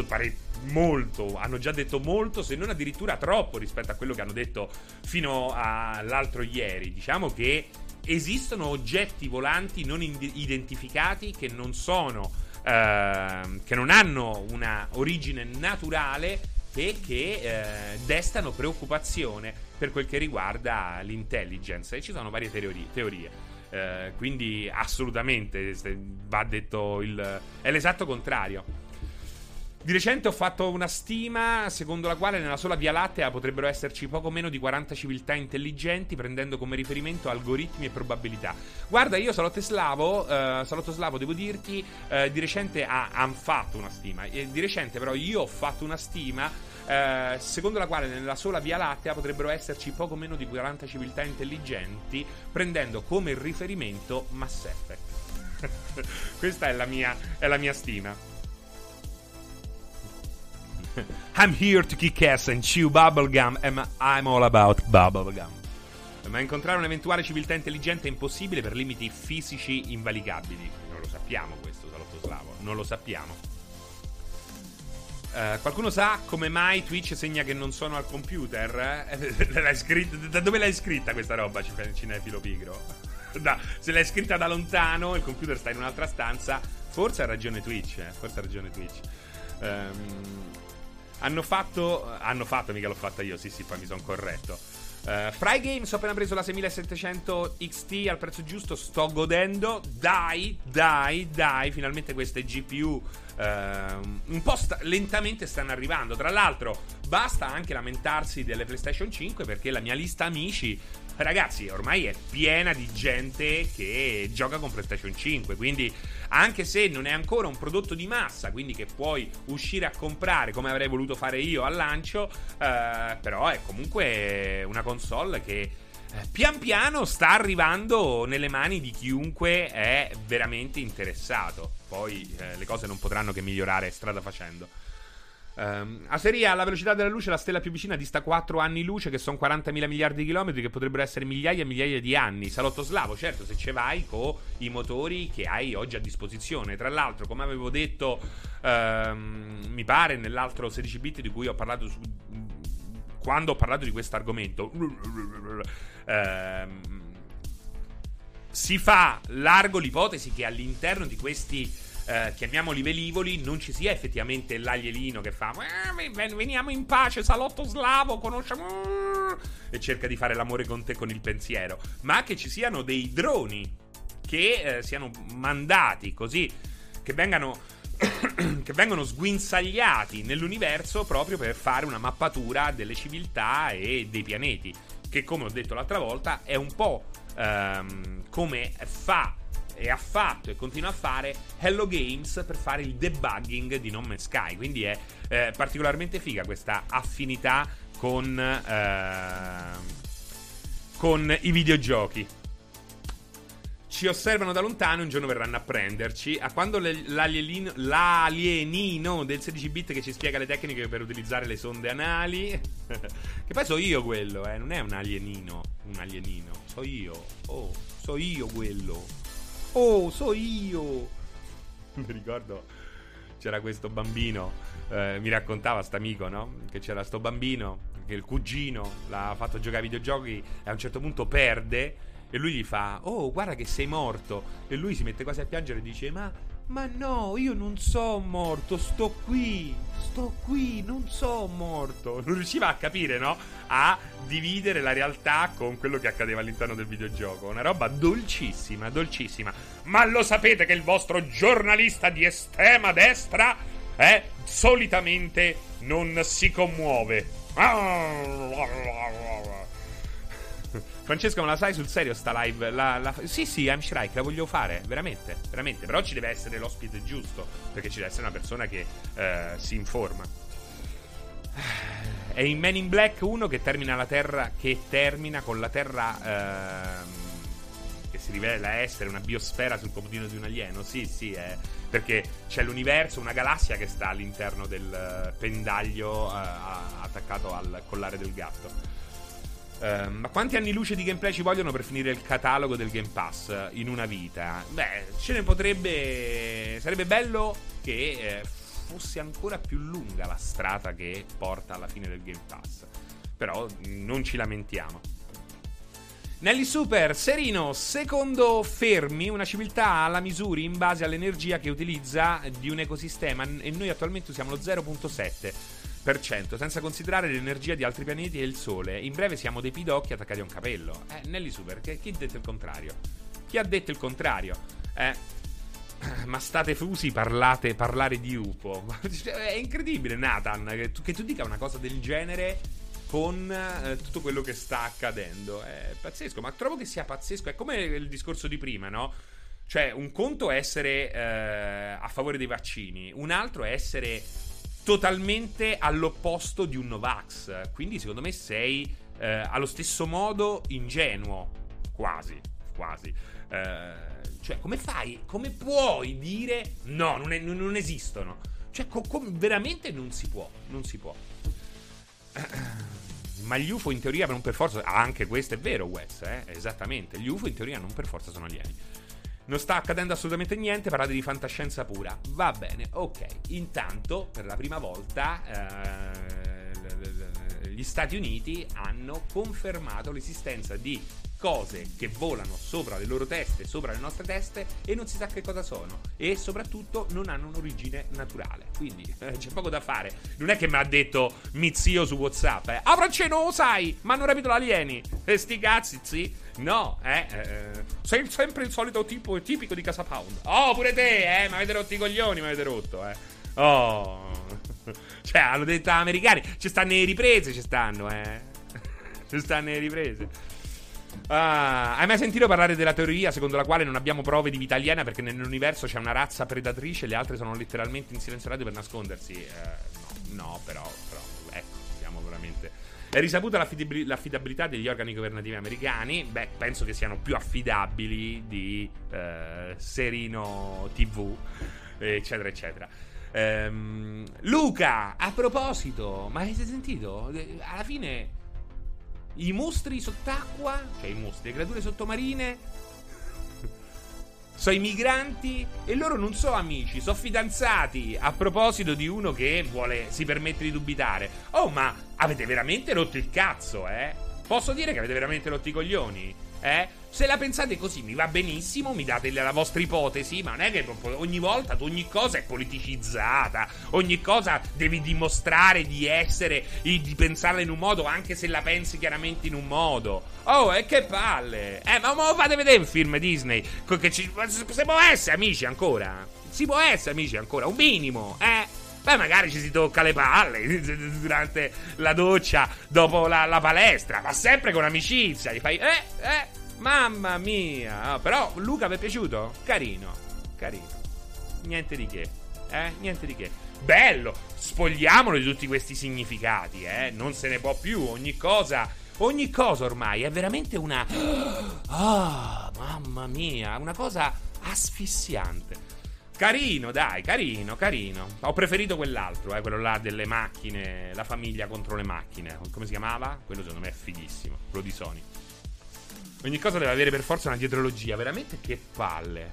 molto, se non addirittura troppo rispetto a quello che hanno detto fino all'altro ieri. Diciamo che esistono oggetti volanti non identificati che non sono che non hanno una origine naturale e che destano preoccupazione per quel che riguarda l'intelligence, e ci sono varie teorie. Quindi assolutamente va detto è l'esatto contrario. Di recente ho fatto una stima secondo la quale nella sola Via Lattea potrebbero esserci poco meno di 40 civiltà intelligenti, prendendo come riferimento algoritmi e probabilità. Guarda, io Salotto Slavo, devo dirti, di recente hanno fatto una stima. Di recente però io ho fatto una stima secondo la quale nella sola Via Lattea potrebbero esserci poco meno di 40 civiltà intelligenti, prendendo come riferimento Mass Effect. Questa è la mia stima. I'm here to kick ass and chew bubblegum and I'm all about bubblegum. Ma incontrare un'eventuale civiltà intelligente è impossibile per limiti fisici invalicabili. Non lo sappiamo questo, Salotto Slavo, non lo sappiamo. Qualcuno sa come mai Twitch segna che non sono al computer? Da dove l'hai scritta questa roba, Cinefilo Pigro? Se l'hai scritta da lontano, il computer sta in un'altra stanza. Forse ha ragione Twitch, Hanno fatto, mica l'ho fatta io, sì, poi mi sono corretto. Fry Games, ho appena preso la 6700 XT al prezzo giusto, sto godendo. Dai, finalmente queste GPU un po' lentamente stanno arrivando. Tra l'altro, basta anche lamentarsi delle PlayStation 5, perché la mia lista amici ragazzi, ormai è piena di gente che gioca con PlayStation 5, quindi anche se non è ancora un prodotto di massa, quindi che puoi uscire a comprare come avrei voluto fare io al lancio, però è comunque una console che pian piano sta arrivando nelle mani di chiunque è veramente interessato. Poi le cose non potranno che migliorare strada facendo. A serie alla velocità della luce la stella più vicina dista 4 anni luce, che sono 40.000 miliardi di chilometri, che potrebbero essere migliaia e migliaia di anni. Salotto slavo, certo, se ce vai con i motori che hai oggi a disposizione. Tra l'altro, come avevo detto, mi pare nell'altro 16 bit di cui ho parlato quando ho parlato di questo argomento, si fa largo l'ipotesi che all'interno di questi chiamiamoli velivoli non ci sia effettivamente l'alienino che fa veniamo in pace salotto slavo, conosciamo, e cerca di fare l'amore con te con il pensiero, ma che ci siano dei droni che siano mandati così, che vengano sguinzagliati nell'universo proprio per fare una mappatura delle civiltà e dei pianeti, che come ho detto l'altra volta è un po' come fa e ha fatto e continua a fare Hello Games per fare il debugging di No Man's Sky. Quindi è particolarmente figa questa affinità con i videogiochi. Ci osservano da lontano, un giorno verranno a prenderci. A quando l'alienino del 16 bit che ci spiega le tecniche per utilizzare le sonde anali. Che poi so io quello, non è un alienino, so io. Oh, so io quello. Oh, so io. Mi ricordo c'era questo bambino, mi raccontava st'amico, no? Che c'era sto bambino che il cugino l'ha fatto giocare ai videogiochi e a un certo punto perde e lui gli fa: oh, guarda che sei morto. E lui si mette quasi a piangere e dice: ma no, io non so morto, sto qui, non so morto. Non riusciva a capire, no? A dividere la realtà con quello che accadeva all'interno del videogioco. Una roba dolcissima, dolcissima. Ma lo sapete che il vostro giornalista di estrema destra solitamente non si commuove. Francesco, ma la sai sul serio sta live? Sì, I'm Shrike, la voglio fare, veramente, veramente. Però ci deve essere l'ospite giusto, perché ci deve essere una persona che si informa. È in Men in Black 1 che termina con la Terra che si rivela essere una biosfera sul comodino di un alieno. Sì, perché c'è l'universo, una galassia che sta all'interno del pendaglio attaccato al collare del gatto. Ma quanti anni luce di gameplay ci vogliono per finire il catalogo del Game Pass in una vita? Beh, ce ne potrebbe. Sarebbe bello che fosse ancora più lunga la strada che porta alla fine del Game Pass. Però non ci lamentiamo. Nelly Super, Serino, secondo Fermi, una civiltà ha la misura in base all'energia che utilizza di un ecosistema e noi attualmente usiamo lo 0,7%, senza considerare l'energia di altri pianeti e il Sole. In breve siamo dei pidocchi attaccati a un capello. Nelly Super, chi ha detto il contrario? Chi ha detto il contrario? Ma state fusi, parlare di UFO. È incredibile, Nathan, che tu dica una cosa del genere con tutto quello che sta accadendo. È pazzesco, ma trovo che sia pazzesco. È come il discorso di prima, no? Cioè, un conto è essere a favore dei vaccini, un altro è essere totalmente all'opposto di un Novax. Quindi secondo me sei allo stesso modo ingenuo. Quasi. Cioè, come fai? Come puoi dire no, non esistono? Cioè, veramente non si può. Ma gli UFO in teoria non per forza. Anche questo è vero, Wes, esattamente. Gli UFO in teoria non per forza sono alieni. Non sta accadendo assolutamente niente, parlate di fantascienza pura. Va bene, ok. Intanto, per la prima volta, gli Stati Uniti hanno confermato l'esistenza di cose che volano sopra le loro teste, sopra le nostre teste, e non si sa che cosa sono, e soprattutto non hanno un'origine naturale. Quindi c'è poco da fare. Non è che mi ha detto mio zio su WhatsApp Francesco, non lo sai, ma hanno rapito l'alieni, e sti cazzi, sì. No, sei sempre il solito tipo tipico di Casa Pound. Oh, pure te, mi avete rotto i coglioni, mi avete rotto, Oh. Cioè, hanno detto americani, ci stanno le riprese, ci stanno le riprese. Hai mai sentito parlare della teoria secondo la quale non abbiamo prove di vita aliena perché nell'universo c'è una razza predatrice e le altre sono letteralmente in silenzio radio per nascondersi? No, però ecco, siamo veramente... È risaputa l'affidabilità degli organi governativi americani. Beh, penso che siano più affidabili di Serino TV, eccetera, eccetera. Luca, a proposito, ma avete sentito? Alla fine i mostri sott'acqua, cioè i mostri, le creature sottomarine, sono i migranti e loro non sono amici, sono fidanzati. A proposito di uno che si permette di dubitare. Oh, ma avete veramente rotto il cazzo, eh? Posso dire che avete veramente rotto i coglioni? Se la pensate così mi va benissimo, mi date la vostra ipotesi, ma non è che ogni volta ogni cosa è politicizzata, ogni cosa devi dimostrare di essere, di pensarla in un modo, anche se la pensi chiaramente in un modo. Oh, e che palle! Ma fate vedere un film Disney, si può essere amici ancora? Si può essere amici ancora? Un minimo, Beh, magari ci si tocca le palle durante la doccia, dopo la palestra, ma sempre con amicizia. Gli fai, mamma mia. Però, Luca, vi è piaciuto? Carino. Niente di che, niente di che. Bello, spogliamolo di tutti questi significati, non se ne può più. Ogni cosa ormai è veramente una... mamma mia, una cosa asfissiante. Carino, dai, carino. Ho preferito quell'altro, quello là delle macchine, la famiglia contro le macchine. Come si chiamava? Quello secondo me è fighissimo, quello di Sony. Ogni cosa deve avere per forza una dietrologia. Veramente che palle.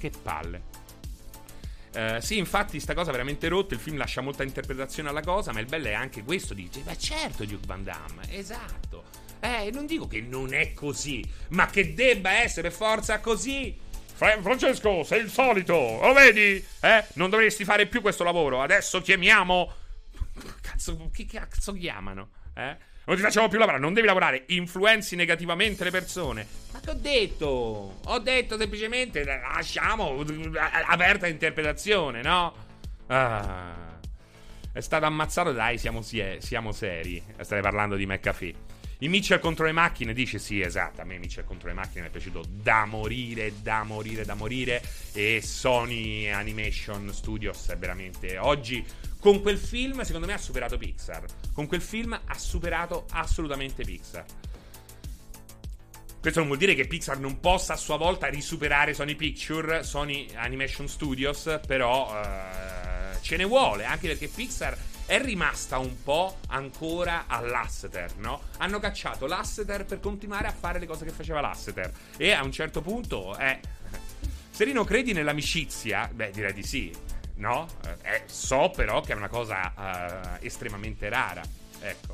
Sì, infatti sta cosa veramente rotta. Il film lascia molta interpretazione alla cosa, ma il bello è anche questo. Dice, beh certo, Duke Van Damme, esatto. Non dico che non è così, ma che debba essere per forza così. Francesco, sei il solito, lo vedi? Non dovresti fare più questo lavoro. Adesso chiamiamo... Che cazzo chiamano? Non ti facciamo più lavorare, non devi lavorare. Influenzi negativamente le persone. Ma che ho detto? Ho detto semplicemente lasciamo aperta interpretazione, no? È stato ammazzato, dai, siamo seri. Stai parlando di McAfee. I Mitchell contro le macchine, dice sì, esatto. A me Mitchell contro le macchine mi è piaciuto da morire. E Sony Animation Studios è veramente... Oggi, con quel film, secondo me ha superato Pixar. Con quel film ha superato assolutamente Pixar. Questo non vuol dire che Pixar non possa a sua volta risuperare Sony Animation Studios, però ce ne vuole, anche perché Pixar è rimasta un po' ancora all'Lasseter, no? Hanno cacciato Lasseter per continuare a fare le cose che faceva Lasseter. E a un certo punto Serino, credi nell'amicizia? Beh, direi di sì, no? So però che è una cosa estremamente rara. Ecco.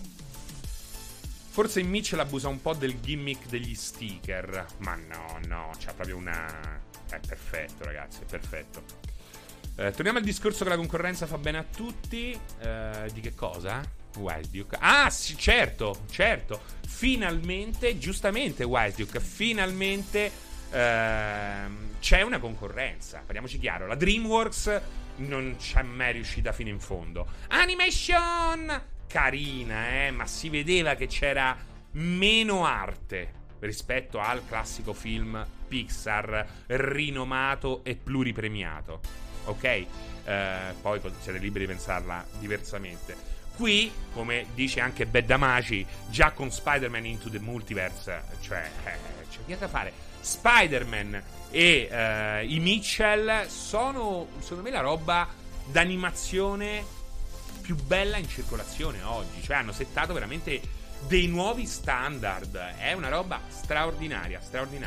Forse in Mitchell abusa un po' del gimmick degli sticker. Ma no, c'ha proprio una... È perfetto, ragazzi, è perfetto. Torniamo al discorso che la concorrenza fa bene a tutti. Di che cosa? Wiseduke. Ah, sì, certo. Finalmente, giustamente Wiseduke, finalmente c'è una concorrenza. Parliamoci chiaro, la DreamWorks non c'è mai riuscita fino in fondo. Animation carina, ma si vedeva che c'era meno arte rispetto al classico film Pixar rinomato e pluripremiato. Ok? Poi siete liberi di pensarla diversamente. Qui, come dice anche Beddamaci, già con Spider-Man Into the Multiverse, cioè c'è niente da fare. Spider-Man e i Mitchell sono, secondo me, la roba d'animazione più bella in circolazione oggi. Cioè hanno settato veramente dei nuovi standard. È una roba straordinaria.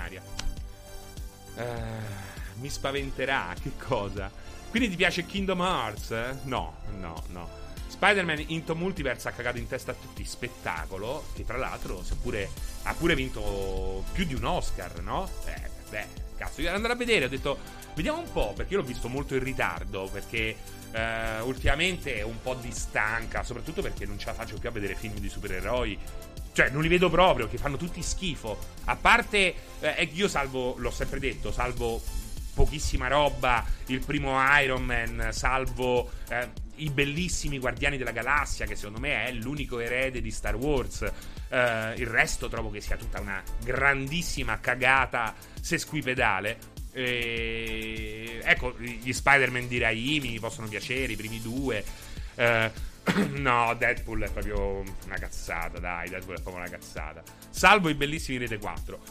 Mi spaventerà, che cosa? Quindi ti piace Kingdom Hearts? No. Spider-Man Into Multiverse ha cagato in testa a tutti. Spettacolo, che tra l'altro ha pure vinto più di un Oscar, no? Cazzo, io ero andato a vedere, ho detto vediamo un po', perché io l'ho visto molto in ritardo, perché ultimamente è un po' distanca, soprattutto perché non ce la faccio più a vedere film di supereroi. Cioè, non li vedo proprio, che fanno tutti schifo. A parte, io l'ho sempre detto, salvo pochissima roba, il primo Iron Man, salvo i bellissimi Guardiani della Galassia, che secondo me è l'unico erede di Star Wars. Il resto trovo che sia tutta una grandissima cagata sesquipedale. Ecco, gli Spider-Man di Raimi mi possono piacere, i primi due. No, Deadpool è proprio una cazzata, dai, Deadpool è proprio una cazzata. Salvo i bellissimi Rete 4.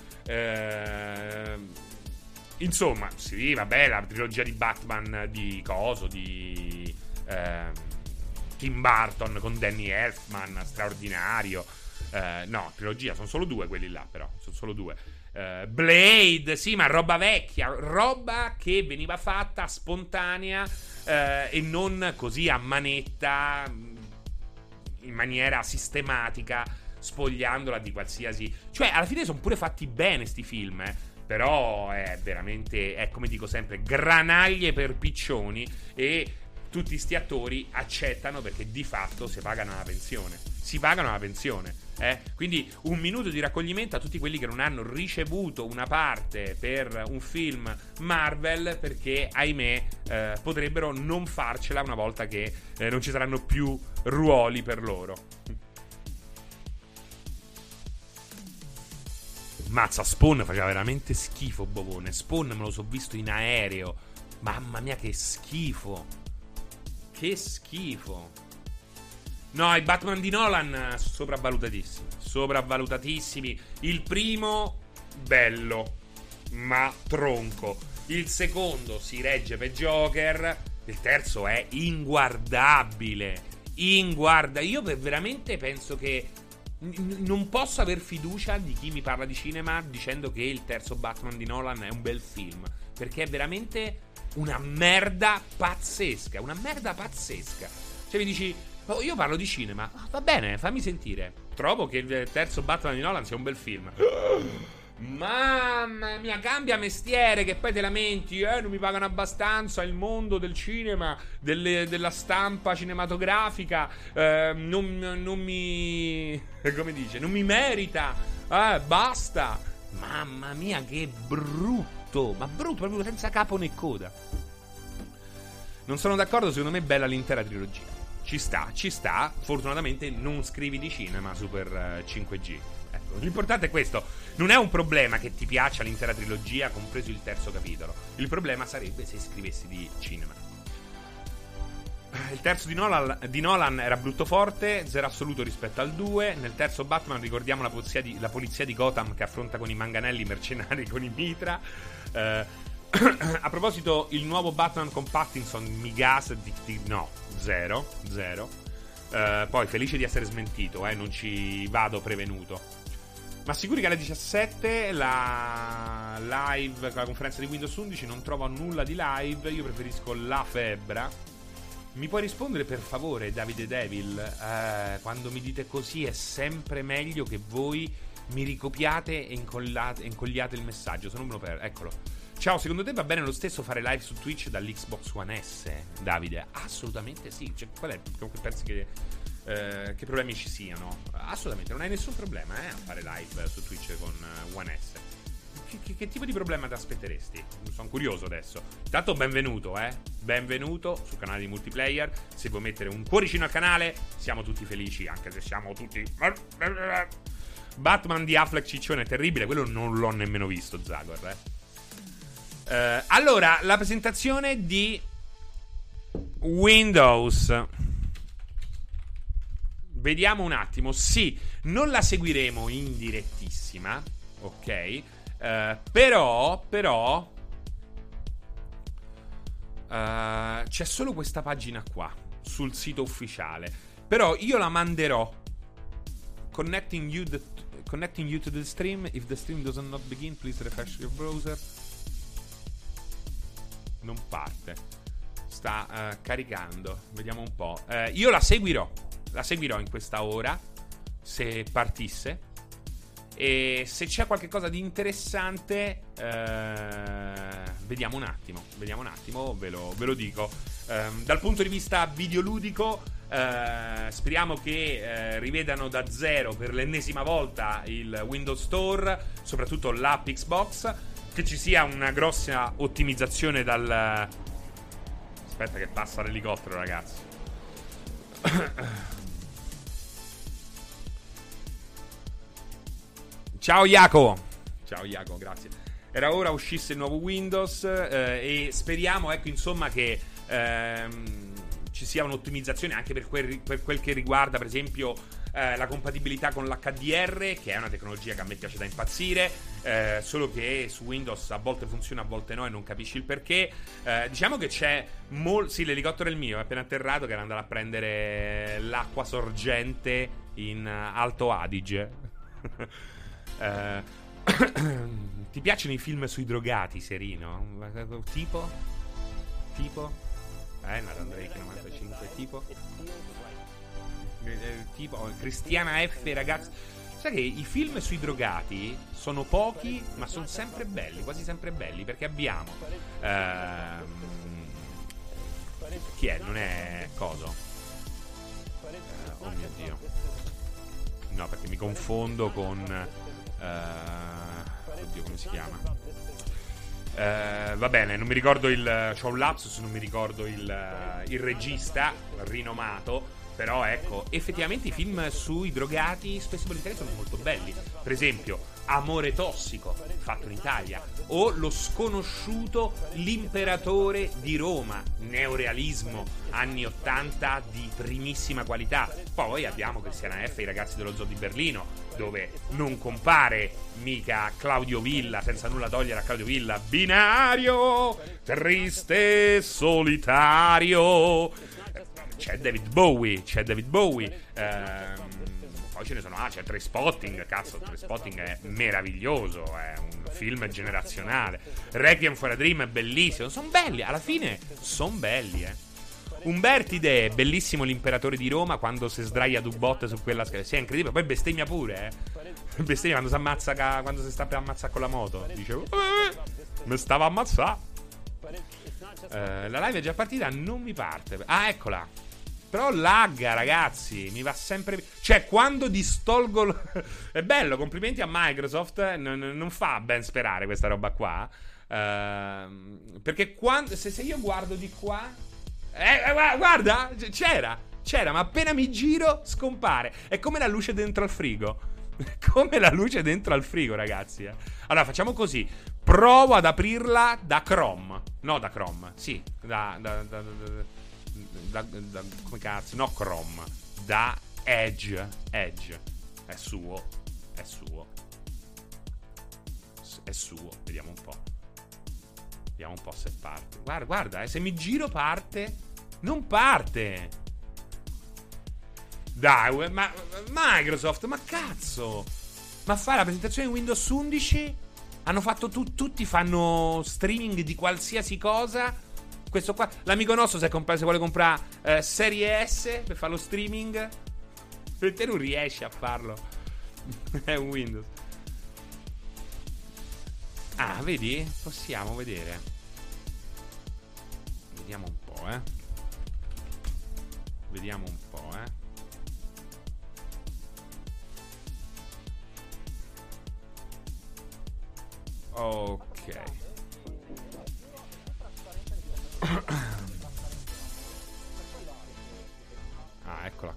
Insomma, sì, vabbè, la trilogia di Batman di Coso, di Tim Burton con Danny Elfman, straordinario. No, trilogia, sono solo due quelli là, però, sono solo due. Blade, sì, ma roba vecchia, roba che veniva fatta spontanea e non così a manetta, in maniera sistematica, spogliandola di qualsiasi... Cioè, alla fine sono pure fatti bene sti film, però è veramente, è come dico sempre, granaglie per piccioni, e tutti sti attori accettano perché di fatto si pagano una pensione. Quindi un minuto di raccoglimento a tutti quelli che non hanno ricevuto una parte per un film Marvel, perché ahimè potrebbero non farcela una volta che non ci saranno più ruoli per loro. Mazza, Spawn faceva veramente schifo, Bovone. Spawn me lo so visto in aereo. Mamma mia, che schifo. Che schifo. No, i Batman di Nolan sopravvalutatissimi. Il primo, bello, ma tronco. Il secondo si regge per Joker. Il terzo è inguardabile. Io veramente penso che non posso aver fiducia di chi mi parla di cinema dicendo che il terzo Batman di Nolan è un bel film, perché è veramente una merda pazzesca. Cioè mi dici, oh, io parlo di cinema, va bene, fammi sentire. Trovo che il terzo Batman di Nolan sia un bel film. Mamma mia, cambia mestiere, che poi te lamenti, non mi pagano abbastanza, il mondo del cinema, della stampa cinematografica non mi... come dice? Non mi merita, basta. Mamma mia, che brutto, ma brutto, proprio senza capo né coda. Non sono d'accordo, secondo me è bella l'intera trilogia. Ci sta, fortunatamente non scrivi di cinema Super 5G. Ecco, l'importante è questo. Non è un problema che ti piaccia l'intera trilogia, compreso il terzo capitolo. Il problema sarebbe se scrivessi di cinema. Il terzo di Nolan era brutto forte, zero assoluto rispetto al 2. Nel terzo Batman ricordiamo la polizia di Gotham che affronta con i manganelli mercenari con i mitra. A proposito, il nuovo Batman con Pattinson mi gas no, zero. Poi felice di essere smentito, non ci vado prevenuto. Ma sicuri che alle 17 la live con la conferenza di Windows 11 non trovo nulla di live. Io preferisco la febbra. Mi puoi rispondere per favore, Davide Devil? Quando mi dite così è sempre meglio che voi mi ricopiate e incogliate il messaggio. Se non me lo perdo, eccolo. Ciao, secondo te va bene lo stesso fare live su Twitch dall'Xbox One S, Davide? Assolutamente sì. Cioè, qual è? Pensi che problemi ci siano? Assolutamente, non hai nessun problema a fare live su Twitch con One S. Che tipo di problema ti aspetteresti? Sono curioso adesso. Intanto benvenuto, benvenuto sul canale di Multiplayer. Se vuoi mettere un cuoricino al canale siamo tutti felici, anche se siamo tutti... Batman di Affleck ciccione è terribile, quello non l'ho nemmeno visto, Zagor. Allora, la presentazione di Windows. Vediamo un attimo. Sì, non la seguiremo in direttissima, ok? Però c'è solo questa pagina qua sul sito ufficiale. Però io la manderò. Connecting you to the stream. If the stream does not begin, please refresh your browser. Non parte. Sta caricando. Vediamo un po'. Io la seguirò. La seguirò in questa ora, se partisse. E se c'è qualche cosa di interessante, vediamo un attimo, ve lo dico. Dal punto di vista videoludico, speriamo che rivedano da zero per l'ennesima volta il Windows Store, soprattutto l'app Xbox, che ci sia una grossa ottimizzazione dal... Aspetta che passa l'elicottero, ragazzi. Ciao Jaco, grazie. Era ora uscisse il nuovo Windows e speriamo, ecco, insomma, che ci sia un'ottimizzazione anche per quel che riguarda, per esempio, la compatibilità con l'HDR, che è una tecnologia che a me piace da impazzire, solo che su Windows a volte funziona, a volte no, e non capisci il perché. Diciamo che c'è sì, l'elicottero è il mio, è appena atterrato, che era andato a prendere l'acqua sorgente in Alto Adige. Ti piacciono i film sui drogati, Serino? Tipo? Nathan Drake 95, tipo Cristiana F, ragazzi. Sai che i film sui drogati sono pochi, ma sono sempre belli, quasi sempre belli, perché abbiamo chi è? Non è coso? Oh mio Dio. No, perché mi confondo con oddio, come si chiama? Va bene, non mi ricordo c'ho un lapsus, non mi ricordo il regista rinomato. Però ecco, effettivamente i film sui drogati spesso e volentieri sono molto belli. Per esempio Amore tossico, fatto in Italia, o Lo sconosciuto, l'imperatore di Roma, neorealismo, anni 80 di primissima qualità. Poi abbiamo Cristiana F, I ragazzi dello zoo di Berlino, dove non compare mica Claudio Villa, senza nulla togliere a Claudio Villa, binario, triste, solitario. C'è David Bowie. Poi ce ne sono, c'è Trainspotting. Cazzo, Trainspotting è meraviglioso, è un film generazionale. Requiem for a Dream è bellissimo. Sono belli, alla fine sono belli, Umbertide è bellissimo, l'imperatore di Roma, quando si sdraia Dubot su quella scala. Sì, è incredibile. Poi bestemmia pure, bestemmia quando si ammazza, quando si sta per ammazzare con la moto. Dicevo, mi stava a ammazzare. La live è già partita, non mi parte. Eccola. Però lagga, ragazzi, mi va sempre. Cioè, quando distolgo è bello, complimenti a Microsoft. Non fa ben sperare questa roba qua. Perché quando se io guardo di qua, guarda, c'era, ma appena mi giro scompare. È come la luce dentro al frigo. Come la luce dentro al frigo, ragazzi. Allora, facciamo così. Provo ad aprirla da Chrome. No, da Chrome. Sì, come cazzo? No, Chrome. Da Edge. È suo. Vediamo un po' se parte. Guarda, se mi giro parte. Non parte. Dai, ma Microsoft, ma cazzo. Ma fa la presentazione di Windows 11. Hanno fatto tutti fanno streaming di qualsiasi cosa. Questo qua, l'amico nostro se vuole comprare Serie S per fare lo streaming, per te non riesci a farlo. È un Windows. Vedi? Possiamo vedere. Vediamo un po', Ok. Eccola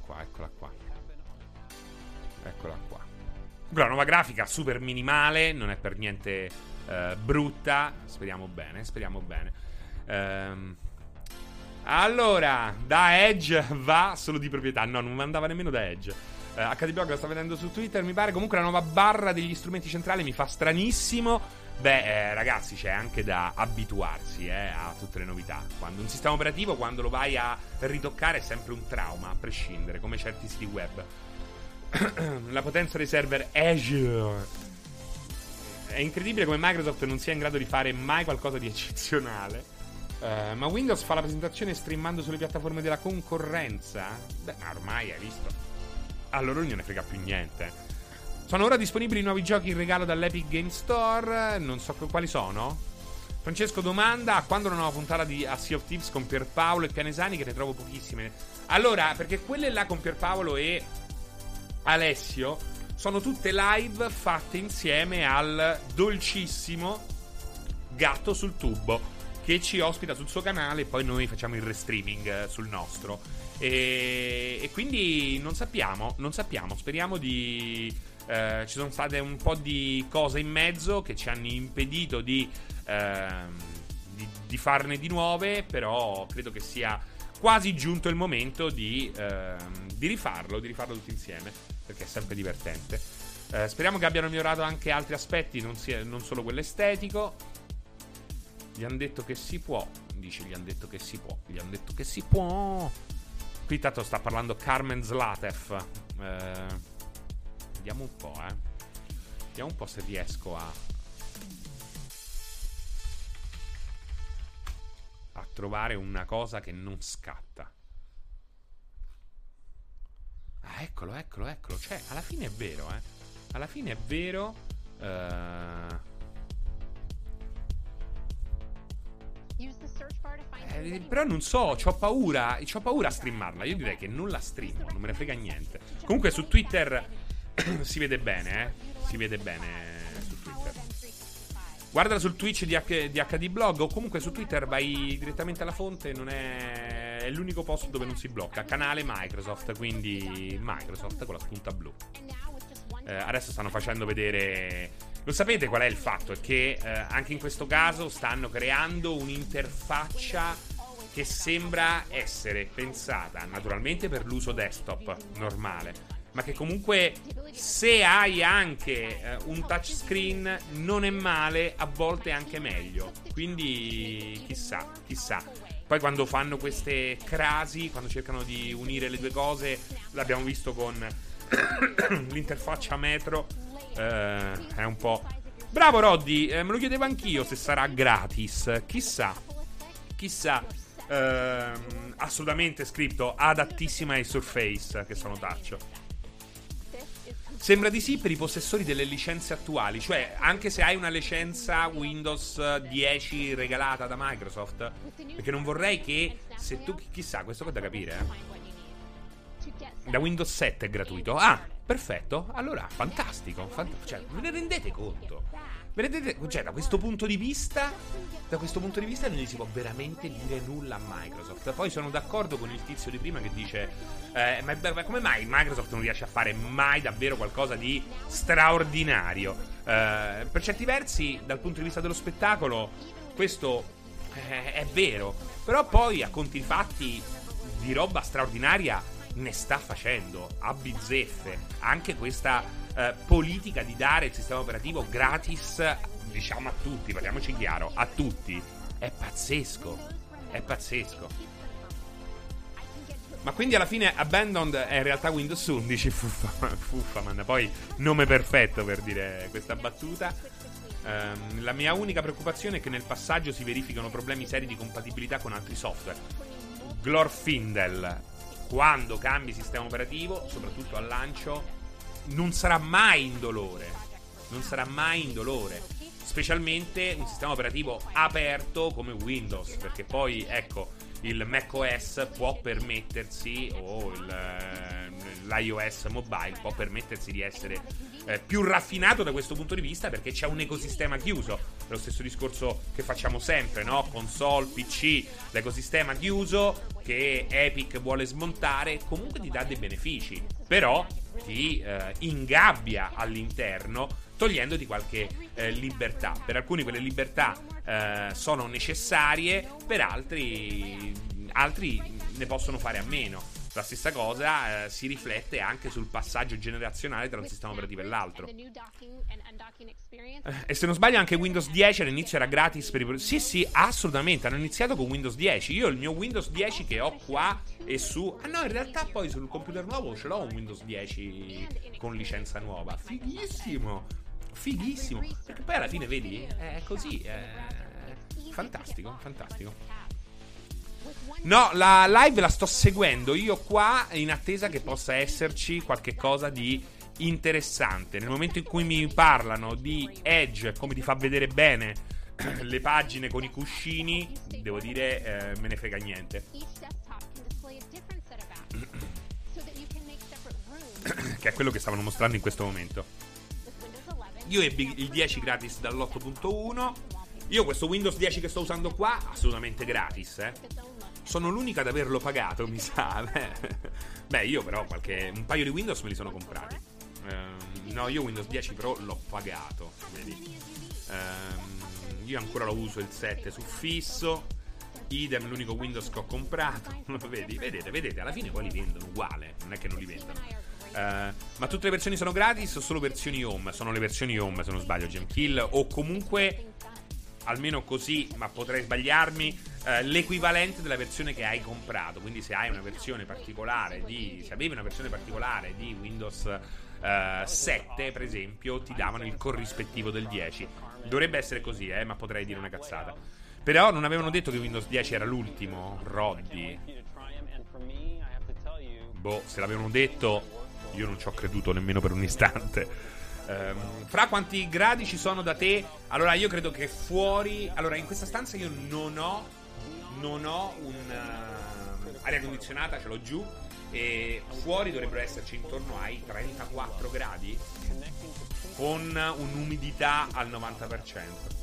qua. La nuova grafica super minimale, non è per niente brutta. Speriamo bene. Allora, da Edge va solo di proprietà. No, non andava nemmeno da Edge. HDBlog lo sta vedendo su Twitter, mi pare. Comunque la nuova barra degli strumenti centrali mi fa stranissimo. Ragazzi, c'è anche da abituarsi a tutte le novità. Quando un sistema operativo, quando lo vai a ritoccare, è sempre un trauma, a prescindere, come certi siti web. La potenza dei server Azure. È incredibile come Microsoft non sia in grado di fare mai qualcosa di eccezionale. Ma Windows fa la presentazione streamando sulle piattaforme della concorrenza? Ma ormai hai visto. A loro non gliene frega più niente. Sono ora disponibili nuovi giochi in regalo dall'Epic Game Store. Non so quali sono. Francesco domanda: a quando una nuova puntata di A Sea of Thieves con Pierpaolo e Pianesani, che ne trovo pochissime. Allora, perché quelle là con Pierpaolo e Alessio sono tutte live fatte insieme al dolcissimo Gatto sul tubo. che ci ospita sul suo canale e poi noi facciamo il restreaming sul nostro. E quindi non sappiamo, speriamo di... ci sono state un po' di cose in mezzo che ci hanno impedito di farne di nuove, però credo che sia quasi giunto il momento di rifarlo tutti insieme, perché è sempre divertente. Speriamo che abbiano migliorato anche altri aspetti, non solo quello estetico. Gli hanno detto che si può. Dice, gli hanno detto che si può. Qui tanto sta parlando Carmen Zlatev. Vediamo un po', Vediamo un po' se riesco a trovare una cosa che non scatta. Ah, eccolo. Cioè, alla fine è vero, Alla fine è vero. Però non so, c'ho paura a streamarla. Io direi che non la streamo, non me ne frega niente. Comunque su Twitter si vede bene, Si vede bene su Twitter. Guardala sul Twitch di HD Blog, o comunque su Twitter vai direttamente alla fonte. Non è l'unico posto dove non si blocca. Canale Microsoft, quindi Microsoft con la spunta blu. Adesso stanno facendo vedere... Lo sapete qual è il fatto? È che anche in questo caso stanno creando un'interfaccia che sembra essere pensata naturalmente per l'uso desktop normale, ma che comunque, se hai anche un touchscreen, non è male, a volte è anche meglio. Quindi chissà. Poi quando fanno queste crasi, quando cercano di unire le due cose, l'abbiamo visto con l'interfaccia Metro, è un po'... Bravo Roddy, me lo chiedevo anch'io se sarà gratis. Chissà. Assolutamente scritto adattissima ai Surface, che sono touch. Sembra di sì per i possessori delle licenze attuali. Cioè, anche se hai una licenza Windows 10 regalata da Microsoft, perché non vorrei che, se tu... Chissà, questo è da capire, Da Windows 7 è gratuito. Ah, perfetto. Allora, fantastico. Cioè, ve ne rendete conto? Cioè, da questo punto di vista non gli si può veramente dire nulla a Microsoft. Poi sono d'accordo con il tizio di prima che dice ma come mai Microsoft non riesce a fare mai davvero qualcosa di straordinario? Per certi versi, dal punto di vista dello spettacolo, questo è vero. Però poi, a conti fatti, di roba straordinaria ne sta facendo a bizzeffe. Anche questa politica di dare il sistema operativo gratis, diciamo a tutti, parliamoci chiaro, a tutti, è pazzesco. Ma quindi alla fine Abandoned è in realtà Windows 11. Fuffa, man. Poi nome perfetto per dire questa battuta. La mia unica preoccupazione è che nel passaggio si verificano problemi seri di compatibilità con altri software. Glorfindel, quando cambi sistema operativo, soprattutto al lancio, non sarà mai indolore. Specialmente un sistema operativo aperto come Windows, perché poi, ecco, il macOS può permettersi, o l'iOS mobile può permettersi di essere più raffinato da questo punto di vista, perché c'è un ecosistema chiuso. È lo stesso discorso che facciamo sempre, no? Console, PC, l'ecosistema chiuso che Epic vuole smontare, comunque ti dà dei benefici, però ti ingabbia all'interno, togliendoti qualche libertà. Per alcuni quelle libertà sono necessarie, per altri ne possono fare a meno. La stessa cosa si riflette anche sul passaggio generazionale tra un sistema operativo e l'altro. E se non sbaglio anche Windows 10 all'inizio era gratis per i... Sì, assolutamente, hanno iniziato con Windows 10. Io il mio Windows 10 che ho qua e su... Ah no, in realtà poi sul computer nuovo ce l'ho un Windows 10 con licenza nuova. Fighissimo. Perché poi alla fine, vedi, è così, è fantastico. No, la live la sto seguendo io qua, in attesa che possa esserci qualche cosa di interessante. Nel momento in cui mi parlano di Edge, come ti fa vedere bene le pagine con i cuscini, devo dire, me ne frega niente. Che è quello che stavano mostrando in questo momento. Io ebbi il 10 gratis dall'8.1 Io questo Windows 10 che sto usando qua, assolutamente gratis, Sono l'unica ad averlo pagato, mi sa. Beh, io però un paio di Windows me li sono comprati. No, io Windows 10 Pro l'ho pagato, vedi. Io ancora lo uso il 7 su fisso. Idem, l'unico Windows che ho comprato. Vedete, alla fine poi li vendono uguale. Non è che non li vendono. Ma tutte le versioni sono gratis o solo versioni home? Sono le versioni home, se non sbaglio, Gemkill. O comunque, almeno così, ma potrei sbagliarmi, l'equivalente della versione che hai comprato. Quindi se hai una versione particolare se avevi una versione particolare di Windows 7, per esempio, ti davano il corrispettivo del 10. Dovrebbe essere così, ma potrei dire una cazzata. Però non avevano detto che Windows 10 era l'ultimo, Roddy. Boh, se l'avevano detto, io non ci ho creduto nemmeno per un istante. Fra, quanti gradi ci sono da te? Allora, io credo che fuori... Allora, in questa stanza io non ho aria condizionata, ce l'ho giù. E fuori dovrebbero esserci intorno ai 34 gradi, con un'umidità al 90%.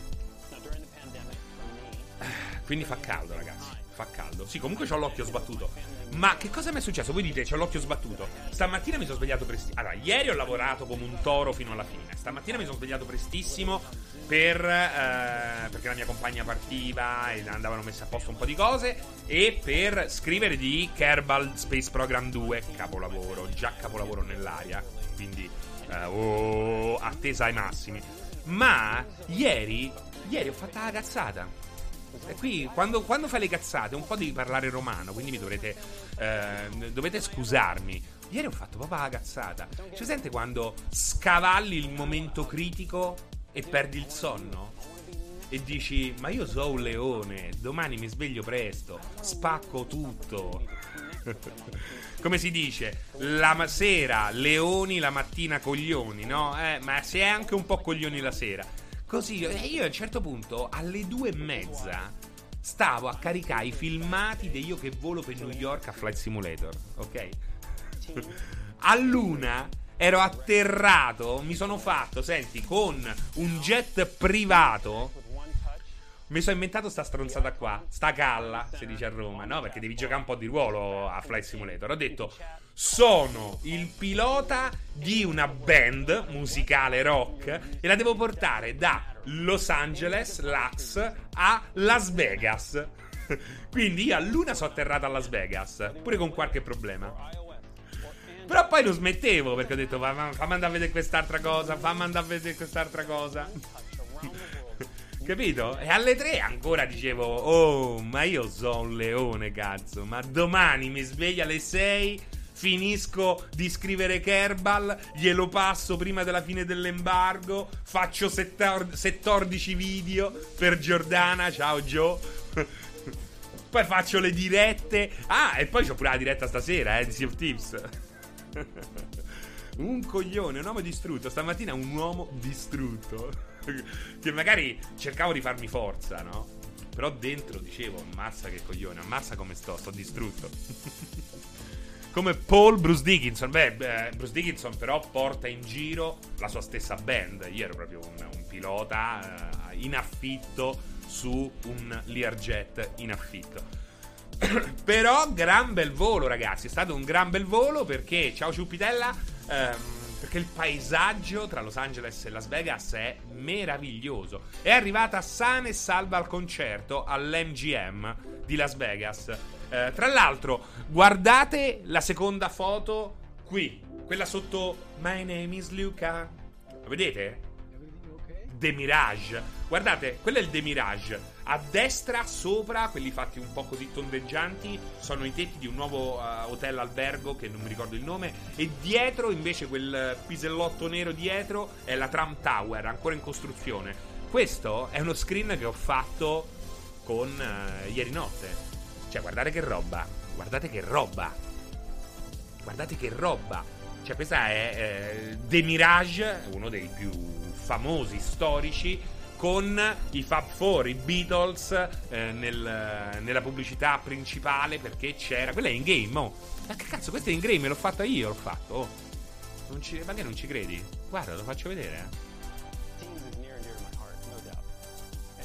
Quindi fa caldo, ragazzi. Fa caldo. Sì, comunque c'ho l'occhio sbattuto. Ma che cosa mi è successo? Voi dite c'ho l'occhio sbattuto. Stamattina mi sono svegliato prestissimo. Allora, ieri ho lavorato come un toro fino alla fine. Stamattina mi sono svegliato prestissimo perché la mia compagna partiva e andavano messe a posto un po' di cose. E per scrivere di Kerbal Space Program 2. Capolavoro. Già capolavoro nell'aria. Quindi attesa ai massimi. Ma ieri ho fatto la cazzata. E qui quando fai le cazzate un po' devi parlare romano, quindi mi dovete scusarmi. Ieri ho fatto proprio la cazzata. Ci sente quando scavalli il momento critico e perdi il sonno? E dici, ma io so un leone, domani mi sveglio presto, spacco tutto. Come si dice, la sera leoni, la mattina coglioni, no? Ma si è anche un po' coglioni la sera. Così io a un certo punto alle 2:30 stavo a caricare i filmati di io che volo per New York a Flight Simulator, ok? All'1 ero atterrato, mi sono fatto, senti, con un jet privato. Mi sono inventato sta stronzata qua, sta calla, si dice a Roma, no? Perché devi giocare un po' di ruolo a Flight Simulator. Ho detto, sono il pilota di una band musicale rock e la devo portare da Los Angeles, LAX, a Las Vegas. Quindi io all'1 sono atterrato a Las Vegas, pure con qualche problema. Però poi lo smettevo perché ho detto, fammi andare a vedere quest'altra cosa. Capito? E alle 3 ancora dicevo, oh, ma io so un leone, cazzo. Ma domani mi sveglio alle 6, finisco di scrivere Kerbal, glielo passo prima della fine dell'embargo, faccio 14 video per Giordana, ciao Gio. Poi faccio le dirette. Ah, e poi c'ho pure la diretta stasera, di Sea of Thieves. Un coglione, un uomo distrutto. Stamattina un uomo distrutto. Che magari cercavo di farmi forza, no? Però dentro dicevo, ammazza che coglione, ammazza come sto distrutto. Come Bruce Dickinson. Bruce Dickinson però porta in giro la sua stessa band. Io ero proprio un pilota in affitto su un Learjet in affitto. Però gran bel volo, ragazzi. È stato un gran bel volo perché, ciao Ciuppitella, perché il paesaggio tra Los Angeles e Las Vegas è meraviglioso. È arrivata sana e salva al concerto all'MGM di Las Vegas. Tra l'altro, guardate la seconda foto qui, quella sotto My name is Luca. Lo vedete? The Mirage. Guardate, quello è il The Mirage. A destra, sopra, quelli fatti un po' così tondeggianti, sono i tetti di un nuovo hotel albergo che non mi ricordo il nome. E dietro, invece, quel pisellotto nero dietro è la Trump Tower, ancora in costruzione. Questo è uno screen che ho fatto con ieri notte. Cioè, guardate che roba. Guardate che roba. Guardate che roba. Cioè, questa è The Mirage, uno dei più famosi storici, con i Fab Four, i Beatles nella pubblicità principale, perché c'era. Quella è in game, oh. Ma che cazzo, questa è in game, l'ho fatta io, l'ho fatto. Oh. Ma che non ci credi? Guarda, lo faccio vedere.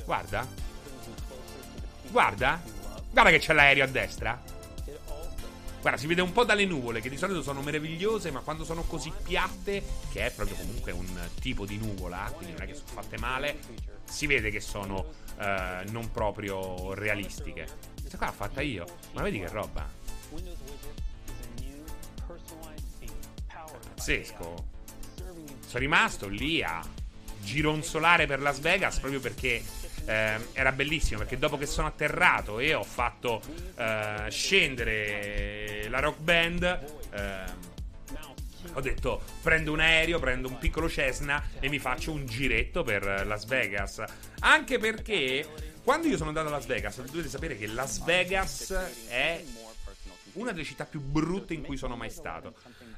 Guarda. Guarda. Guarda che c'è l'aereo a destra. Guarda, si vede un po' dalle nuvole, che di solito sono meravigliose, ma quando sono così piatte, che è proprio comunque un tipo di nuvola, quindi non è che sono fatte male, si vede che sono non proprio realistiche. Questa qua l'ho fatta io, ma vedi che roba. Pazzesco. Sono rimasto lì a gironzolare per Las Vegas proprio perché era bellissimo, perché dopo che sono atterrato e ho fatto scendere la rock band, ho detto prendo un aereo, prendo un piccolo Cessna e mi faccio un giretto per Las Vegas. Anche perché quando io sono andato a Las Vegas, dovete sapere che Las Vegas è una delle città più brutte in cui sono mai stato.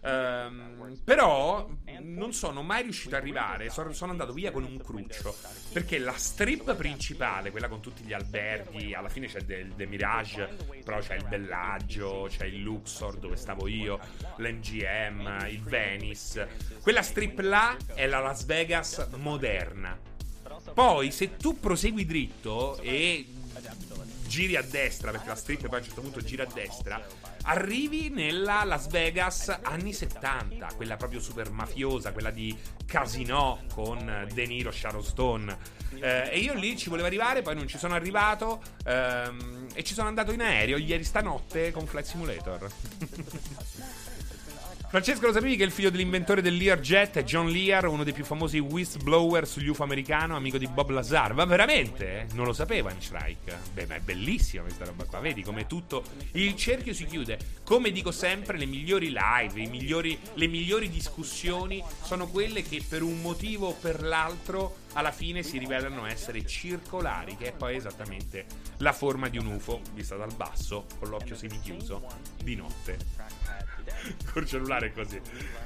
Però non sono mai riuscito ad arrivare. Sono andato via con un cruccio, perché la strip principale, quella con tutti gli alberghi, alla fine c'è del Mirage, però c'è il Bellagio, c'è il Luxor dove stavo io, l'MGM, il Venice. Quella strip là è la Las Vegas moderna. Poi se tu prosegui dritto e giri a destra, perché la strip poi a un certo punto gira a destra, arrivi nella Las Vegas anni 70, quella proprio super mafiosa, quella di Casino con De Niro, Sharon Stone. E io lì ci volevo arrivare, poi non ci sono arrivato, e ci sono andato in aereo ieri stanotte con Flight Simulator. Francesco, lo sapevi che il figlio dell'inventore del Learjet è John Lear, uno dei più famosi whistleblower sugli UFO americano, amico di Bob Lazar? Ma veramente? Non lo sapeva Strike. Beh, ma è bellissima questa roba qua. Vedi come tutto il cerchio si chiude. Come dico sempre, le migliori live, le migliori discussioni sono quelle che per un motivo o per l'altro alla fine si rivelano essere circolari, che è poi esattamente la forma di un UFO vista dal basso, con l'occhio semichiuso, di notte. Col cellulare così.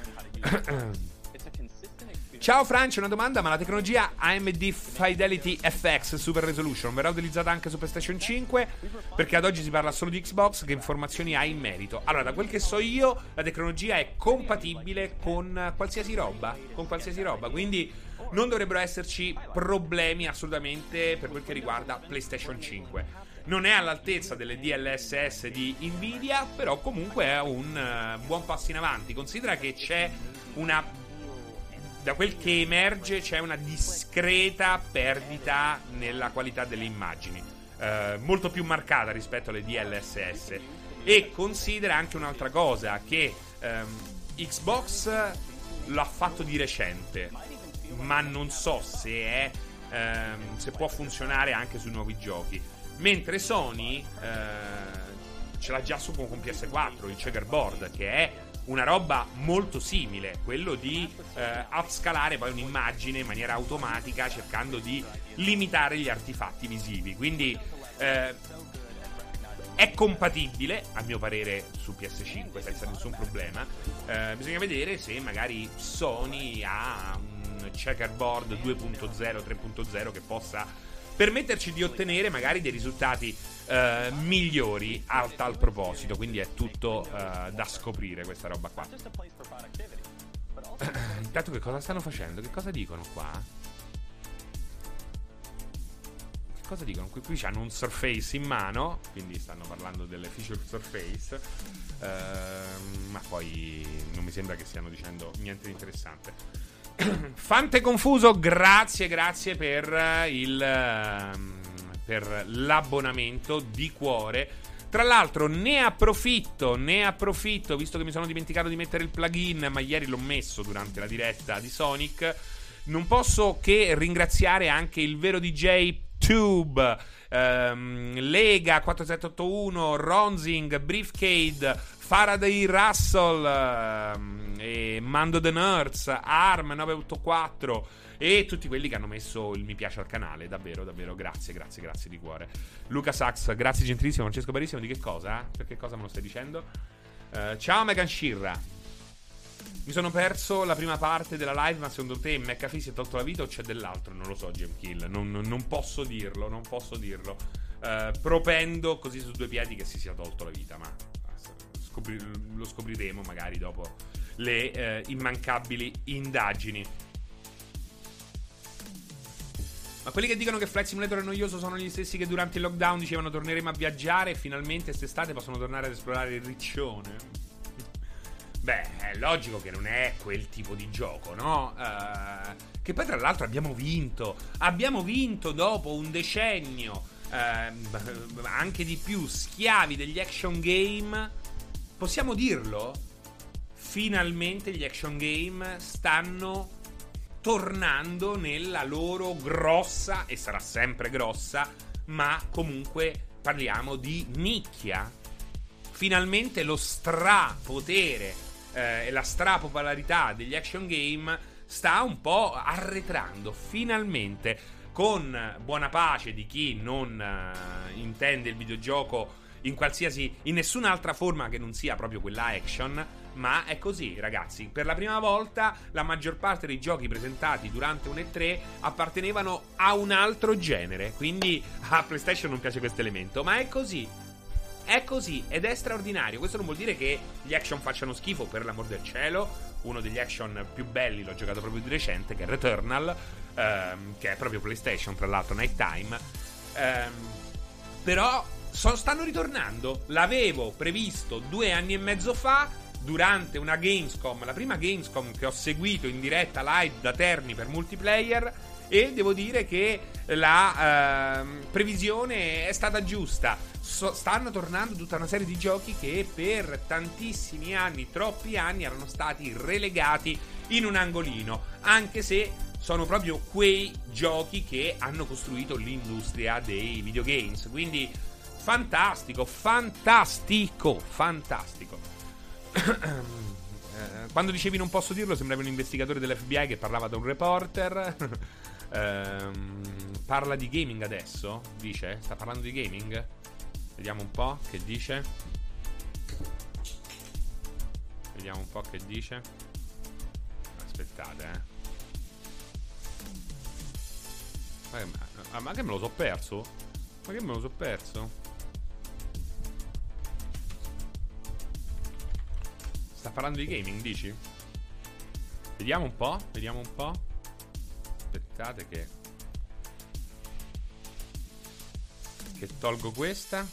Ciao Franci, una domanda: ma la tecnologia AMD Fidelity FX Super Resolution verrà utilizzata anche su PlayStation 5? Perché ad oggi si parla solo di Xbox. Che informazioni hai in merito? Allora, da quel che so io, la tecnologia è compatibile con qualsiasi roba. Con qualsiasi roba, quindi non dovrebbero esserci problemi assolutamente per quel che riguarda PlayStation 5. Non è all'altezza delle DLSS di Nvidia, però comunque è un buon passo in avanti. Considera che c'è da quel che emerge, c'è una discreta perdita nella qualità delle immagini, molto più marcata rispetto alle DLSS. E considera anche un'altra cosa, che Xbox l'ha fatto di recente, ma non so se può funzionare anche sui nuovi giochi. Mentre Sony ce l'ha già con PS4, il checkerboard, che è una roba molto simile, quello di upscalare poi un'immagine in maniera automatica cercando di limitare gli artefatti visivi. Quindi è compatibile, a mio parere, su PS5 senza nessun problema. Bisogna vedere se magari Sony ha un checkerboard 2.0, 3.0 che possa permetterci di ottenere magari dei risultati migliori a tal proposito. Quindi è tutto da scoprire questa roba qua. Intanto che cosa stanno facendo? Che cosa dicono qua? Che cosa dicono? Qui hanno un Surface in mano, quindi stanno parlando delle feature Surface, ma poi non mi sembra che stiano dicendo niente di interessante. Fante Confuso, grazie per l'abbonamento di cuore. Tra l'altro ne approfitto, visto che mi sono dimenticato di mettere il plugin, ma ieri l'ho messo durante la diretta di Sonic. Non posso che ringraziare anche il vero DJ Tube, Lega 4781, Ronzing, Briefcade, Faraday Russell, e Mando the Nerds, Arm 984 e tutti quelli che hanno messo il mi piace al canale. Davvero grazie di cuore. Luca Sax, grazie gentilissimo. Francesco Barissimo, di che cosa? Per che cosa me lo stai dicendo? Ciao Megan Shirra, mi sono perso la prima parte della live, ma secondo te McAfee si è tolto la vita o c'è dell'altro? Non lo so, Gemkill, non posso dirlo. Propendo così su due piedi che si sia tolto la vita, ma lo scopriremo magari dopo le immancabili indagini. Ma quelli che dicono che Flight Simulator è noioso sono gli stessi che durante il lockdown dicevano torneremo a viaggiare e finalmente quest'estate possono tornare ad esplorare il riccione. Beh, è logico che non è quel tipo di gioco, no? Che poi tra l'altro abbiamo vinto dopo un decennio, anche di più, schiavi degli action game. Possiamo dirlo? Finalmente gli action game stanno tornando nella loro grossa, e sarà sempre grossa, ma comunque parliamo di nicchia. Finalmente lo strapotere e la strapopolarità degli action game sta un po' arretrando. Finalmente, con buona pace di chi non intende il videogioco in nessun'altra forma che non sia proprio quella action. Ma è così, ragazzi. Per la prima volta la maggior parte dei giochi presentati durante un E3 appartenevano a un altro genere. Quindi a PlayStation non piace questo elemento, ma è così. È così ed è straordinario. Questo non vuol dire che gli action facciano schifo, per l'amor del cielo. Uno degli action più belli l'ho giocato proprio di recente, che è Returnal, che è proprio PlayStation, tra l'altro, Nighttime. Però stanno ritornando. L'avevo previsto 2 anni e mezzo fa, durante una Gamescom, la prima Gamescom che ho seguito in diretta live da Terni per multiplayer, e devo dire che la previsione è stata giusta. Stanno tornando tutta una serie di giochi che per tantissimi anni, troppi anni, erano stati relegati in un angolino, anche se sono proprio quei giochi che hanno costruito l'industria dei videogames. Quindi fantastico. Quando dicevi non posso dirlo, sembrava un investigatore dell'FBI che parlava da un reporter. Parla di gaming adesso? Dice? Sta parlando di gaming? Vediamo un po' che dice. Aspettate, ma che me lo so perso? Sta parlando di gaming, dici? Vediamo un po'. Aspettate che tolgo questa.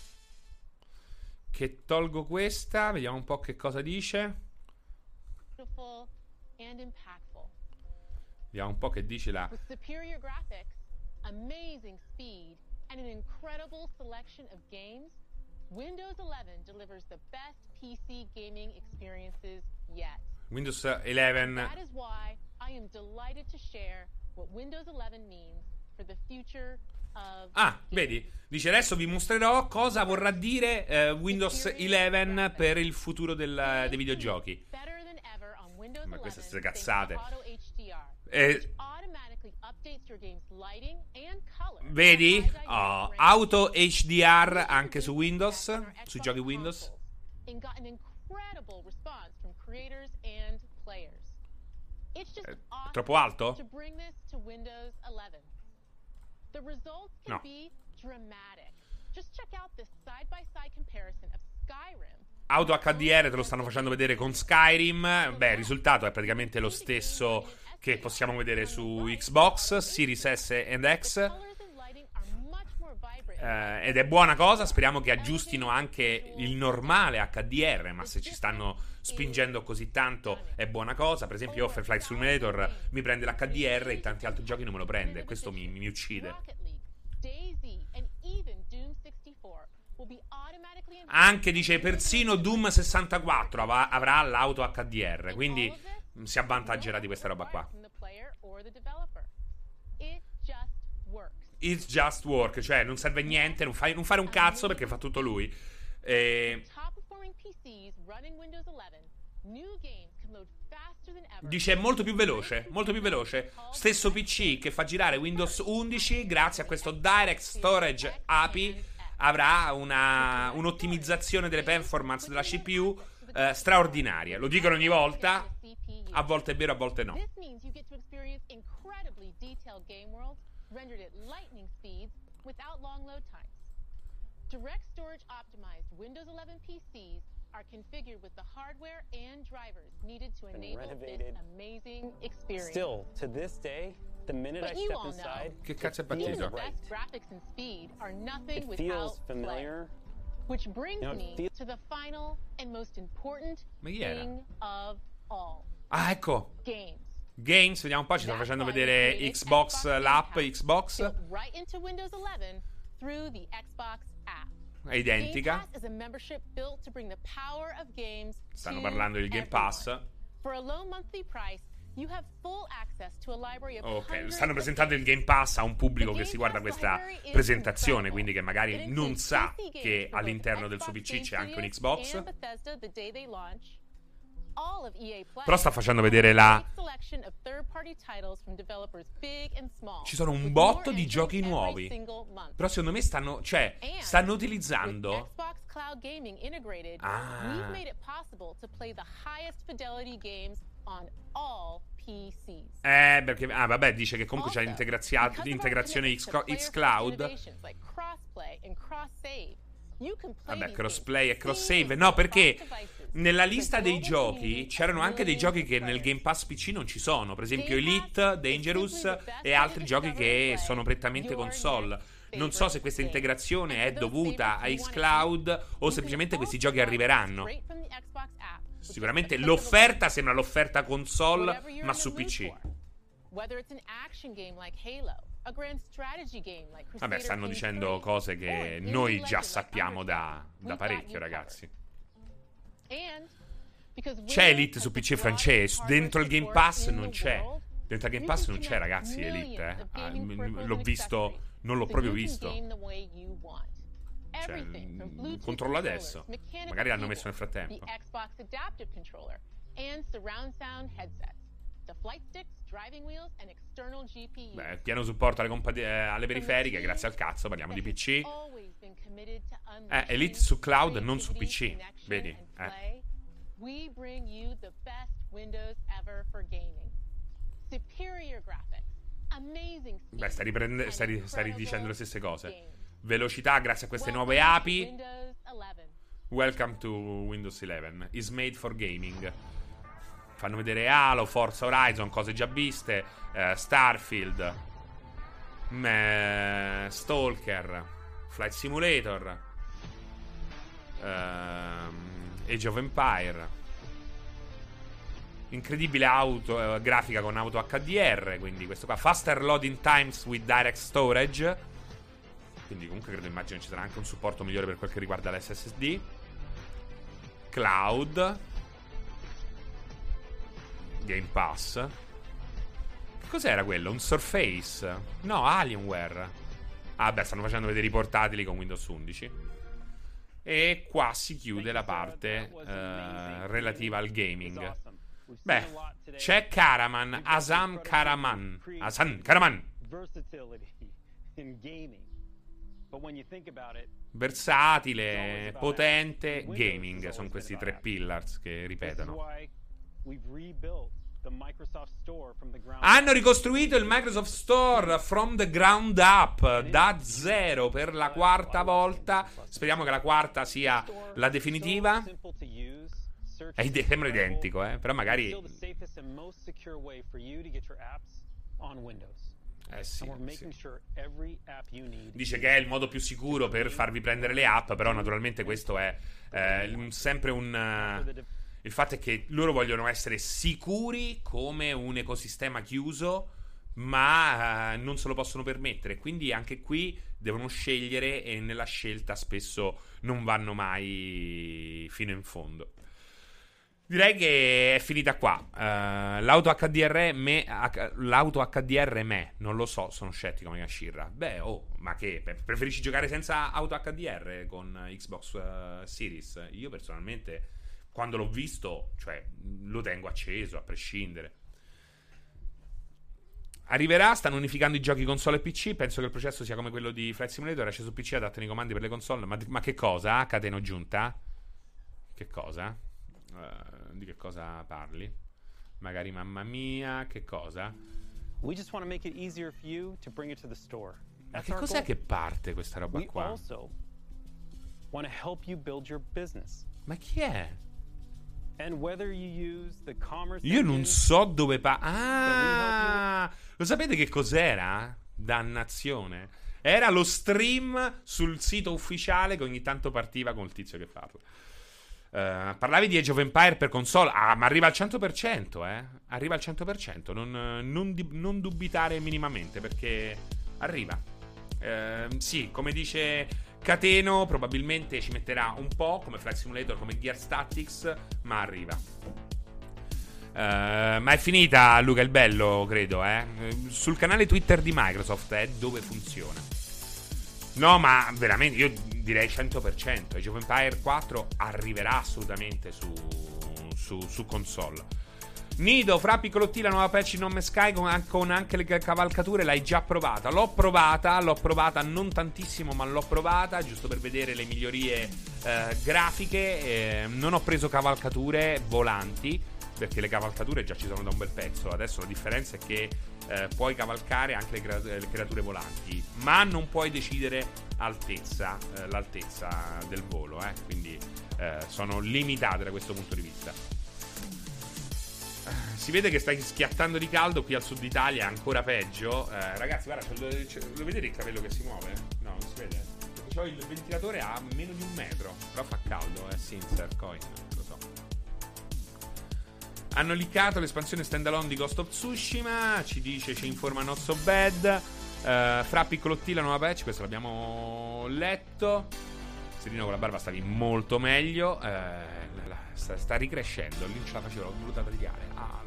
Vediamo un po' che cosa dice. Vediamo un po' che dice la... With superior graphics, amazing speed, and an incredible selection of games, Windows 11 delivers the best PC gaming experiences yet. Windows 11. That is why I am delighted to share what Windows 11 means for the future of vedi? Dice adesso vi mostrerò cosa vorrà dire Windows 11 per il futuro dei videogiochi. Ma queste sono cazzate. Vedi? Auto HDR anche su Windows, sui giochi Windows. Troppo alto? No. Auto HDR te lo stanno facendo vedere con Skyrim. Beh, il risultato è praticamente lo stesso che possiamo vedere su Xbox Series S e X. Ed è buona cosa. Speriamo che aggiustino anche il normale HDR. Ma se ci stanno spingendo così tanto è buona cosa. Per esempio io Flight Simulator mi prende l'HDR e tanti altri giochi non me lo prende. Questo mi uccide. Anche, dice, persino Doom 64 avrà l'auto HDR, quindi si avvantaggerà di questa roba qua. It just work, cioè non serve niente, non fare un cazzo perché fa tutto lui. Dice molto più veloce. Stesso PC che fa girare Windows 11, grazie a questo Direct Storage API, avrà un'ottimizzazione delle performance della CPU straordinaria. Lo dicono ogni volta. A volte è vero, a volte no. Direct storage optimized Windows 11 PCs are configured with the hardware and drivers needed to enable this amazing experience. Still, to this day, the minute But I you step all inside, know, Che cazzo è it feels even the partito? right. best graphics and speed are nothing It without feels play. familiar. Which brings You know, me it feels- to the final and most important Ma chi era? thing of all. Ah, ecco. Games. Games, vediamo un po', ci stanno facendo vedere Xbox, l'app Xbox. Built right into Windows 11 through the Xbox app. È identica. Game Pass is a membership built to bring the power of games Stanno to parlando del Game Pass. everyone. For a low monthly price, you have full access to a library of Ok, hundreds stanno of presentando il games. Game Pass a un pubblico The che Game si guarda Pass questa library is presentazione, incredible. quindi che magari It non includes sa PC games che from all'interno both del suo Xbox PC c'è anche un Game Xbox. Studios and Bethesda the day they launch. All of EA Play. Però sta facendo vedere la... Great selection of third-party titles from developers big and small. Ci sono un With botto more di entries giochi every nuovi. single month. Però secondo me stanno... Cioè, And stanno with utilizzando... Xbox Cloud Gaming integrated, Ah. we've made it possible to play the highest fidelity games on all PCs. Perché... Ah, vabbè, dice che comunque c'è Also, l'integrazione because of our commitment to xCloud. innovations like crossplay and cross-save, you can play Vabbè, these crossplay e games cross-save. seamlessly No, perché across devices. nella lista The dei global giochi community c'erano of anche dei millions giochi of che nel players. Game Pass PC non ci sono. Per esempio Game Pass Elite, is Dangerous simply the best e way altri to giochi discover che and play sono prettamente your console. next Non so se favorite questa game. integrazione And è for those dovuta a favorites you xCloud wanna o semplicemente You can questi also giochi download arriveranno. straight from the Xbox app, with just Sicuramente a click of a l'offerta button. sembra l'offerta console, Whatever you're ma in the su mood PC. for. Whether it's an action game like Halo, a grand strategy game like Crusader Vabbè, stanno Kings dicendo 3, cose or che an indie noi legend già like sappiamo da Undertale, we've got parecchio, you ragazzi. covered. And because C'è Windows Elite has su the PC broadest francese, hardware dentro il Game support Pass in non the c'è. world, Dentro il Game you Pass can non c'è, connect ragazzi, Elite. millions of gaming peripherals L'ho and visto, accessories, non l'ho so proprio you can visto. game the way you want. Cioè, Everything from Bluetooth controllo controllers, adesso. mechanical Magari l'hanno messo nel keyboards, frattempo. the Xbox Adaptive Controller, and surround sound headsets, the flight sticks, driving wheels, and external GPUs. Beh, pieno supporto alle periferiche, grazie al cazzo, parliamo di PC. Elite su cloud, non su PC, vedi? We bring you the best Windows ever for gaming. Superior graphics, amazing speed, Beh, and stai incredible dicendo le stesse cose. games. Velocità grazie a queste nuove Welcome to API. Windows 11. Welcome to Windows 11. Is made for gaming. Fanno vedere Halo, Forza Horizon, cose già viste, Starfield, Stalker, Flight Simulator, Age of Empire. Incredibile grafica con auto HDR, quindi questo qua. Faster loading times with direct storage. Quindi comunque immagino ci sarà anche un supporto migliore per quel che riguarda l'SSD. Cloud. Game Pass. Che cos'era quello? Un Surface? No, Alienware. Ah beh, stanno facendo vedere i portatili con Windows 11. E qua si chiude la parte relativa al gaming. Beh, c'è Karaman, Hasan Karaman. Versatile, potente, gaming. Sono questi tre pillars che ripetono. Hanno ricostruito il Microsoft Store from the ground up, da zero, per la quarta volta. Speriamo che la quarta sia la definitiva. Sembra identico, però magari... sì. Dice che è il modo più sicuro per farvi prendere le app, però naturalmente questo è sempre un... Il fatto è che loro vogliono essere sicuri come un ecosistema chiuso, ma non se lo possono permettere. Quindi anche qui devono scegliere e nella scelta spesso non vanno mai fino in fondo. Direi che è finita qua. L'auto HDR non lo so, sono scettico, mega Shirra. Beh, ma che? Preferisci giocare senza auto HDR con Xbox Series? Io personalmente, quando l'ho visto, cioè, lo tengo acceso a prescindere. Arriverà, stanno unificando i giochi console e PC. Penso che il processo sia come quello di Flight Simulator. Esce su PC, adattano i comandi per le console. Ma che cosa? Catena aggiunta? Che cosa? Di che cosa parli? Magari mamma mia, che cosa? We just want to make it easier for you to bring it to the store. Ma che cos'è che parte questa roba qua? We also want to help you build your business. Ma chi è? And whether you use the commerce Io non engine, so dove lo sapete che cos'era? Dannazione. Era lo stream sul sito ufficiale che ogni tanto partiva con il tizio che parla. Parlavi di Age of Empire per console. Ma arriva al 100%, Arriva al 100%. Non dubitare minimamente, perché arriva. Sì, come dice Cateno, probabilmente ci metterà un po', come Flight Simulator, come Gear Tactics, ma arriva. Ma è finita, Luca il Bello, credo, sul canale Twitter di Microsoft è dove funziona. No, ma veramente, io direi 100%. Age of Empire 4 arriverà assolutamente su console. Nido, fra piccolotti, la nuova patch in Nome Sky con anche le cavalcature, l'hai già provata? L'ho provata non tantissimo, ma l'ho provata, giusto per vedere le migliorie grafiche. Non ho preso cavalcature volanti, perché le cavalcature già ci sono da un bel pezzo. Adesso la differenza è che puoi cavalcare anche le creature volanti, ma non puoi decidere l'altezza del volo, quindi sono limitate da questo punto di vista. Si vede che stai schiattando di caldo. Qui al sud Italia è ancora peggio. Ragazzi, guarda, lo vedete il capello che si muove? No, non si vede. Perché il ventilatore a meno di 1 metro. Però fa caldo, Sincer Coin, lo so. Hanno leakato l'espansione standalone di Ghost of Tsushima. ci informa Not So Bad. Fra piccolotti, la nuova patch. Questo l'abbiamo letto. Serino, con la barba stavi molto meglio. Sta ricrescendo. Lì non ce la facevo, l'ho voluta tagliare.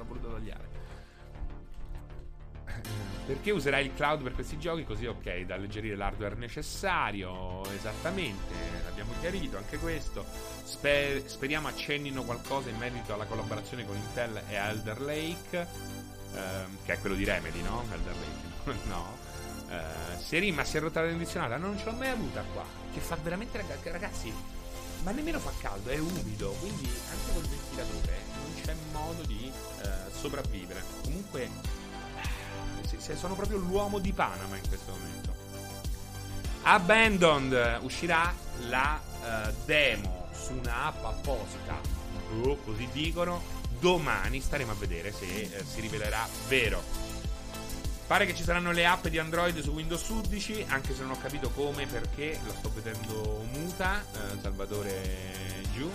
Perché userai il cloud per questi giochi? Così, ok, da alleggerire l'hardware necessario. Esattamente, l'abbiamo chiarito anche questo. Speriamo accennino qualcosa in merito alla collaborazione con Intel e Elder Lake, che è quello di Remedy, no? Elder Lake no. Seri, ma si è rotta la condizionata? No, non ce l'ho mai avuta qua. Che fa veramente, ragazzi, ma nemmeno fa caldo, è umido, quindi anche col ventilatore non c'è modo di sopravvivere. Comunque sono proprio l'uomo di Panama in questo momento. Abandoned, uscirà la demo su una app apposita, così dicono. Domani staremo a vedere se si rivelerà vero. Pare che ci saranno le app di Android su Windows 11, anche se non ho capito come, perché la sto vedendo muta. Salvatore giù.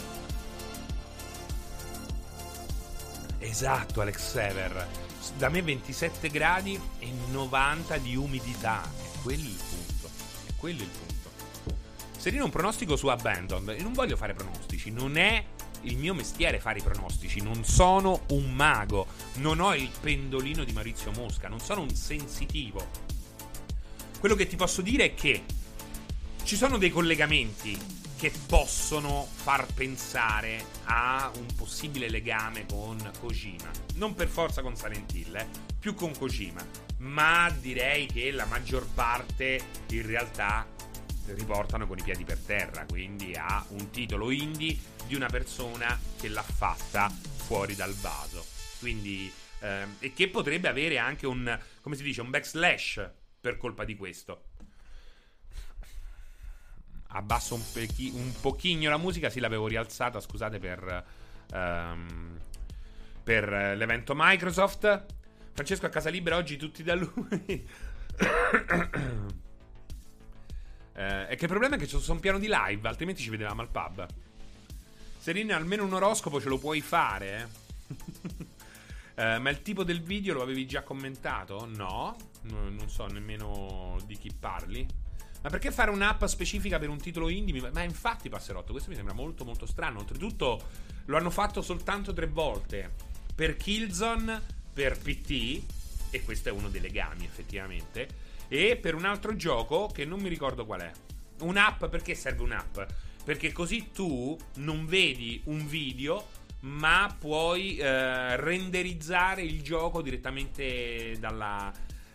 Esatto, Alex Sever. Da me 27 gradi e 90 di umidità. È quello il punto. Serino, un pronostico su Abandoned. E non voglio fare pronostici, non è il mio mestiere fare i pronostici. Non sono un mago, non ho il pendolino di Maurizio Mosca, non sono un sensitivo. Quello che ti posso dire è che ci sono dei collegamenti che possono far pensare a un possibile legame con Kojima. Non per forza con Silent Hill, più con Kojima. Ma direi che la maggior parte in realtà riportano con i piedi per terra, quindi a un titolo indie di una persona che l'ha fatta fuori dal vaso. Quindi e che potrebbe avere anche un, come si dice, un backslash per colpa di questo. Abbasso un pochino la musica, sì, l'avevo rialzata, scusate per l'evento Microsoft. Francesco a casa libera oggi, tutti da lui. E che il problema è che c'è un piano di live, altrimenti ci vedevamo al pub. Serena, almeno un oroscopo ce lo puoi fare, ma il tipo del video lo avevi già commentato? No, non so nemmeno di chi parli. Ma perché fare un'app specifica per un titolo indie? Ma infatti, Passerotto, questo mi sembra molto molto strano. Oltretutto lo hanno fatto soltanto 3 volte. Per Killzone, per PT, e questo è uno dei legami effettivamente, e per un altro gioco che non mi ricordo qual è. Un'app, perché serve un'app? Perché così tu non vedi un video, ma puoi renderizzare il gioco direttamente dalla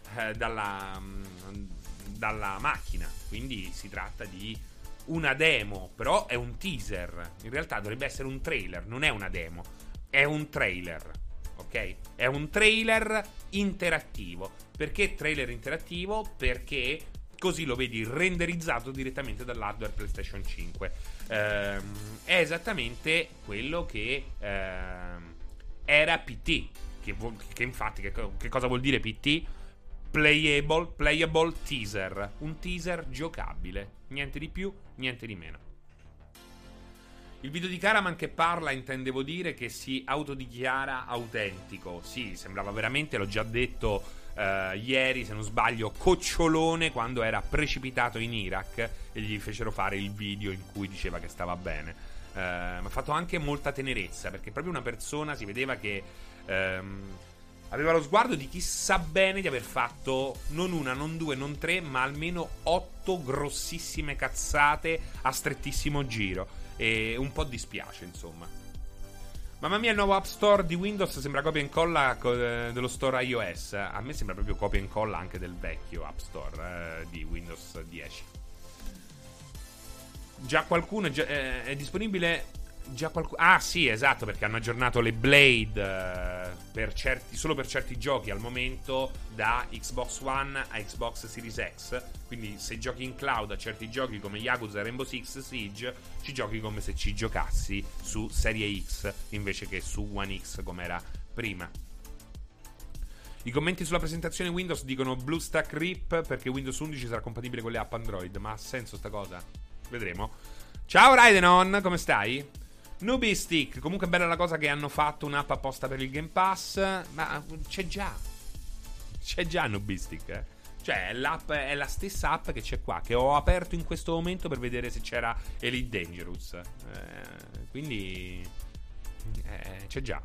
macchina. Quindi si tratta di una demo, però è un teaser. In realtà dovrebbe essere un trailer, non è una demo, è un trailer, ok? È un trailer interattivo. Perché trailer interattivo? Perché così lo vedi renderizzato direttamente dall'hardware PlayStation 5. È esattamente quello che era PT, che infatti che cosa vuol dire PT? Playable teaser, un teaser giocabile, niente di più, niente di meno. Il video di Karaman che parla, intendevo dire che si autodichiara autentico. Sì, sembrava veramente, l'ho già detto ieri, se non sbaglio, cocciolone quando era precipitato in Iraq e gli fecero fare il video in cui diceva che stava bene. Mi ha fatto anche molta tenerezza, perché proprio una persona, si vedeva che aveva lo sguardo di chi sa bene di aver fatto non una, non due, non tre, ma almeno 8 grossissime cazzate a strettissimo giro. E un po' dispiace, insomma. Mamma mia, il nuovo App Store di Windows sembra copia e incolla dello store iOS. A me sembra proprio copia e incolla anche del vecchio App Store di Windows 10. Già qualcuno è disponibile. Ah sì, esatto, perché hanno aggiornato le Blade solo per certi giochi al momento, da Xbox One a Xbox Series X. Quindi se giochi in cloud a certi giochi come Yakuza e Rainbow Six Siege, ci giochi come se ci giocassi su Serie X invece che su One X come era prima. I commenti sulla presentazione Windows dicono BlueStack RIP perché Windows 11 sarà compatibile con le app Android. Ma ha senso sta cosa? Vedremo. Ciao Raidenon, come stai? Nubistic, comunque bella la cosa che hanno fatto un'app apposta per il Game Pass. Ma c'è già Nubistic, Cioè l'app è la stessa app che c'è qua, che ho aperto in questo momento per vedere se c'era Elite Dangerous. Quindi c'è già.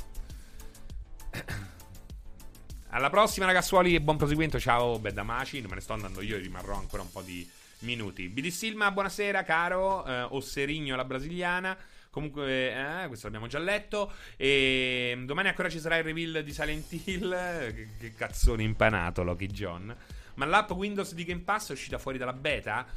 Alla prossima ragazzuoli e buon proseguimento. Ciao Bedamaci, non me ne sto andando io, rimarrò ancora un po' di minuti. BD Silma, buonasera caro, Osserigno la brasiliana. Comunque, questo l'abbiamo già letto. E domani ancora ci sarà il reveal di Silent Hill. Che cazzone impanato, Loki John. Ma l'app Windows di Game Pass è uscita fuori dalla beta?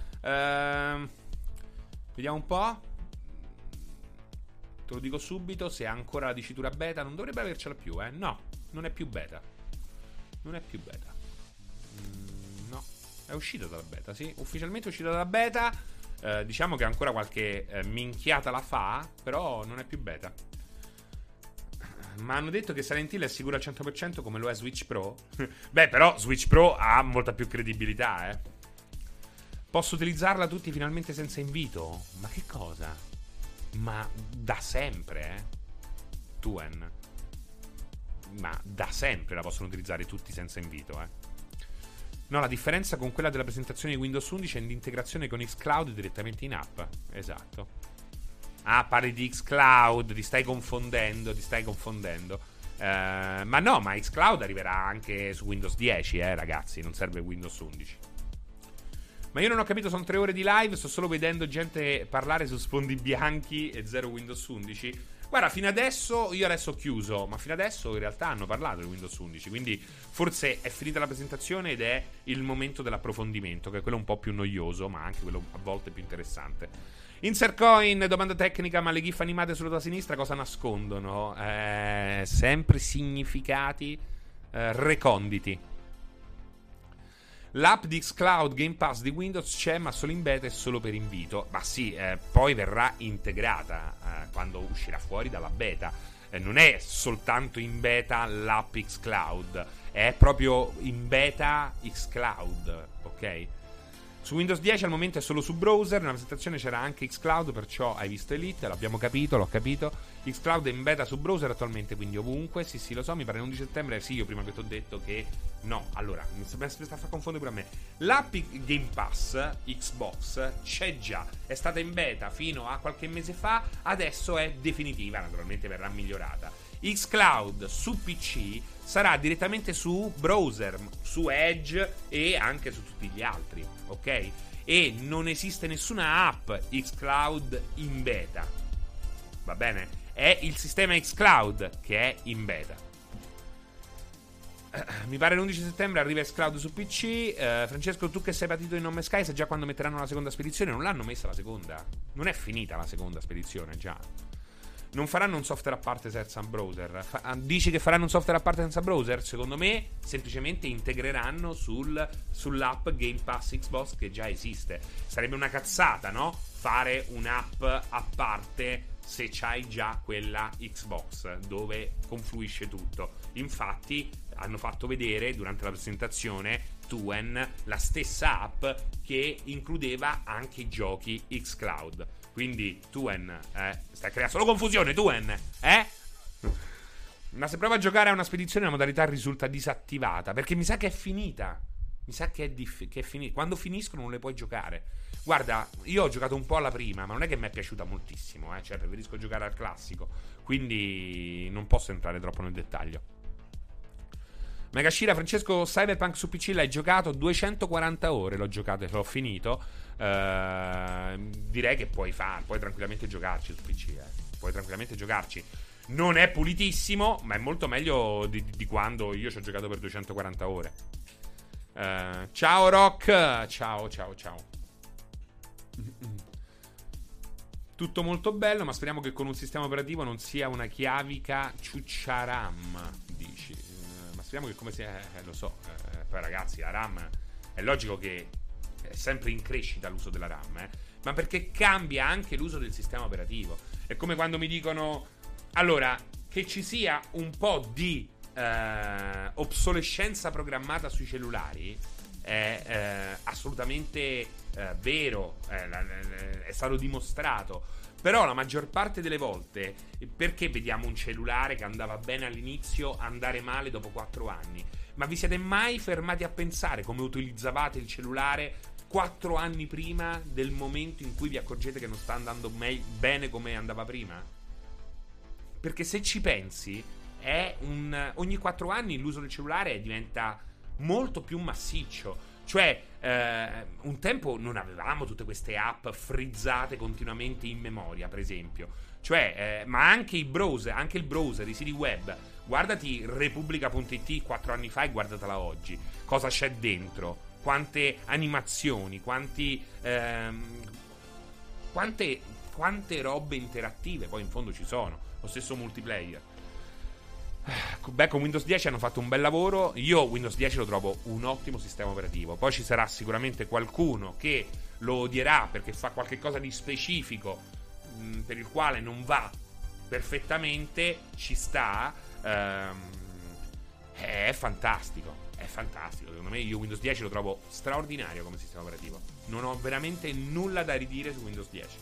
Vediamo un po'. Te lo dico subito. Se ha ancora la dicitura beta, non dovrebbe avercela più, No, non è più beta. Non è più beta. No, è uscita dalla beta, sì. Ufficialmente è uscita dalla beta. Diciamo che ancora qualche minchiata la fa, però non è più beta. Ma hanno detto che Silent Hill è sicuro al 100% come lo è Switch Pro. Beh, però Switch Pro ha molta più credibilità, Posso utilizzarla tutti finalmente senza invito? Ma che cosa? Ma da sempre, Tuen. Ma da sempre la possono utilizzare tutti senza invito, No, la differenza con quella della presentazione di Windows 11 è l'integrazione con xCloud direttamente in app. Esatto. Ah, parli di xCloud, ti stai confondendo. Ma no, ma xCloud arriverà anche su Windows 10, ragazzi, non serve Windows 11. Ma io non ho capito, sono 3 ore di live, sto solo vedendo gente parlare su sfondi bianchi e zero Windows 11. Guarda, fino adesso, io adesso ho chiuso, ma fino adesso in realtà hanno parlato di Windows 11, quindi forse è finita la presentazione ed è il momento dell'approfondimento, che è quello un po' più noioso, ma anche quello a volte più interessante. Insercoin, domanda tecnica, ma le gif animate sulla tua sinistra cosa nascondono? Sempre significati reconditi. L'app di xCloud Game Pass di Windows c'è, ma solo in beta e solo per invito. Ma sì, poi verrà integrata quando uscirà fuori dalla beta. Non è soltanto in beta l'app xCloud, è proprio in beta xCloud, ok? Su Windows 10 al momento è solo su browser. Nella presentazione c'era anche xCloud, perciò hai visto Elite, l'abbiamo capito, l'ho capito. xCloud è in beta su browser attualmente, quindi ovunque. Sì, lo so, mi pare l'11 settembre. Sì, io prima che ti ho detto che no. Allora, mi sta a far confondere pure a me. L'app Game Pass Xbox c'è già, è stata in beta fino a qualche mese fa, adesso è definitiva, naturalmente verrà migliorata. xCloud su PC sarà direttamente su browser, su Edge e anche su tutti gli altri, ok? E non esiste nessuna app xCloud in beta, va bene? È il sistema xCloud che è in beta. Mi pare l'11 settembre arriva xCloud su PC. Francesco, tu che sei partito in Nome Sky, sai già quando metteranno la seconda spedizione? Non l'hanno messa la seconda, non è finita la seconda spedizione già. non faranno un software a parte senza browser. Dici che faranno un software a parte senza browser? Secondo me semplicemente integreranno sull'app Game Pass Xbox che già esiste. Sarebbe una cazzata, no? Fare un'app a parte se c'hai già quella Xbox dove confluisce tutto. Infatti hanno fatto vedere durante la presentazione Tuen la stessa app che includeva anche i giochi xCloud. Quindi Tuen stai creando solo confusione, Tuen, Ma se prova a giocare a una spedizione la modalità risulta disattivata, perché mi sa che è finita. Mi sa che è finita. Quando finiscono non le puoi giocare. Guarda, io ho giocato un po' alla prima, ma non è che mi è piaciuta moltissimo, Cioè preferisco giocare al classico. Quindi non posso entrare troppo nel dettaglio. Megashira, Francesco, Cyberpunk su PC l'hai giocato? 240 ore l'ho giocato e l'ho finito. Direi che puoi tranquillamente giocarci su PC, Puoi tranquillamente giocarci. Non è pulitissimo, ma è molto meglio di quando io ci ho giocato per 240 ore. Ciao Rock. Ciao. Tutto molto bello, ma speriamo che con un sistema operativo non sia una chiavica ciucciaram, dici. Ma speriamo che come sia, lo so. Poi ragazzi, la RAM è logico che è sempre in crescita l'uso della RAM, ma perché cambia anche l'uso del sistema operativo. È come quando mi dicono, allora, che ci sia un po' di obsolescenza programmata sui cellulari è assolutamente vero, è stato dimostrato. Però la maggior parte delle volte, perché vediamo un cellulare che andava bene all'inizio andare male dopo 4 anni? Ma vi siete mai fermati a pensare come utilizzavate il cellulare 4 anni prima del momento in cui vi accorgete che non sta andando bene come andava prima? Perché se ci pensi, ogni 4 anni l'uso del cellulare diventa molto più massiccio. Cioè, un tempo non avevamo tutte queste app frizzate continuamente in memoria, per esempio. Cioè, ma anche il browser, i siti web. Guardati Repubblica.it 4 anni fa e guardatela oggi. Cosa c'è dentro? Quante animazioni, quante robe interattive poi in fondo ci sono. Lo stesso multiplayer. Beh, con Windows 10 hanno fatto un bel lavoro. Io Windows 10 lo trovo un ottimo sistema operativo. Poi ci sarà sicuramente qualcuno che lo odierà perché fa qualche cosa di specifico per il quale non va perfettamente. Ci sta. È fantastico. È fantastico. Secondo me io Windows 10 lo trovo straordinario come sistema operativo. Non ho veramente nulla da ridire su Windows 10.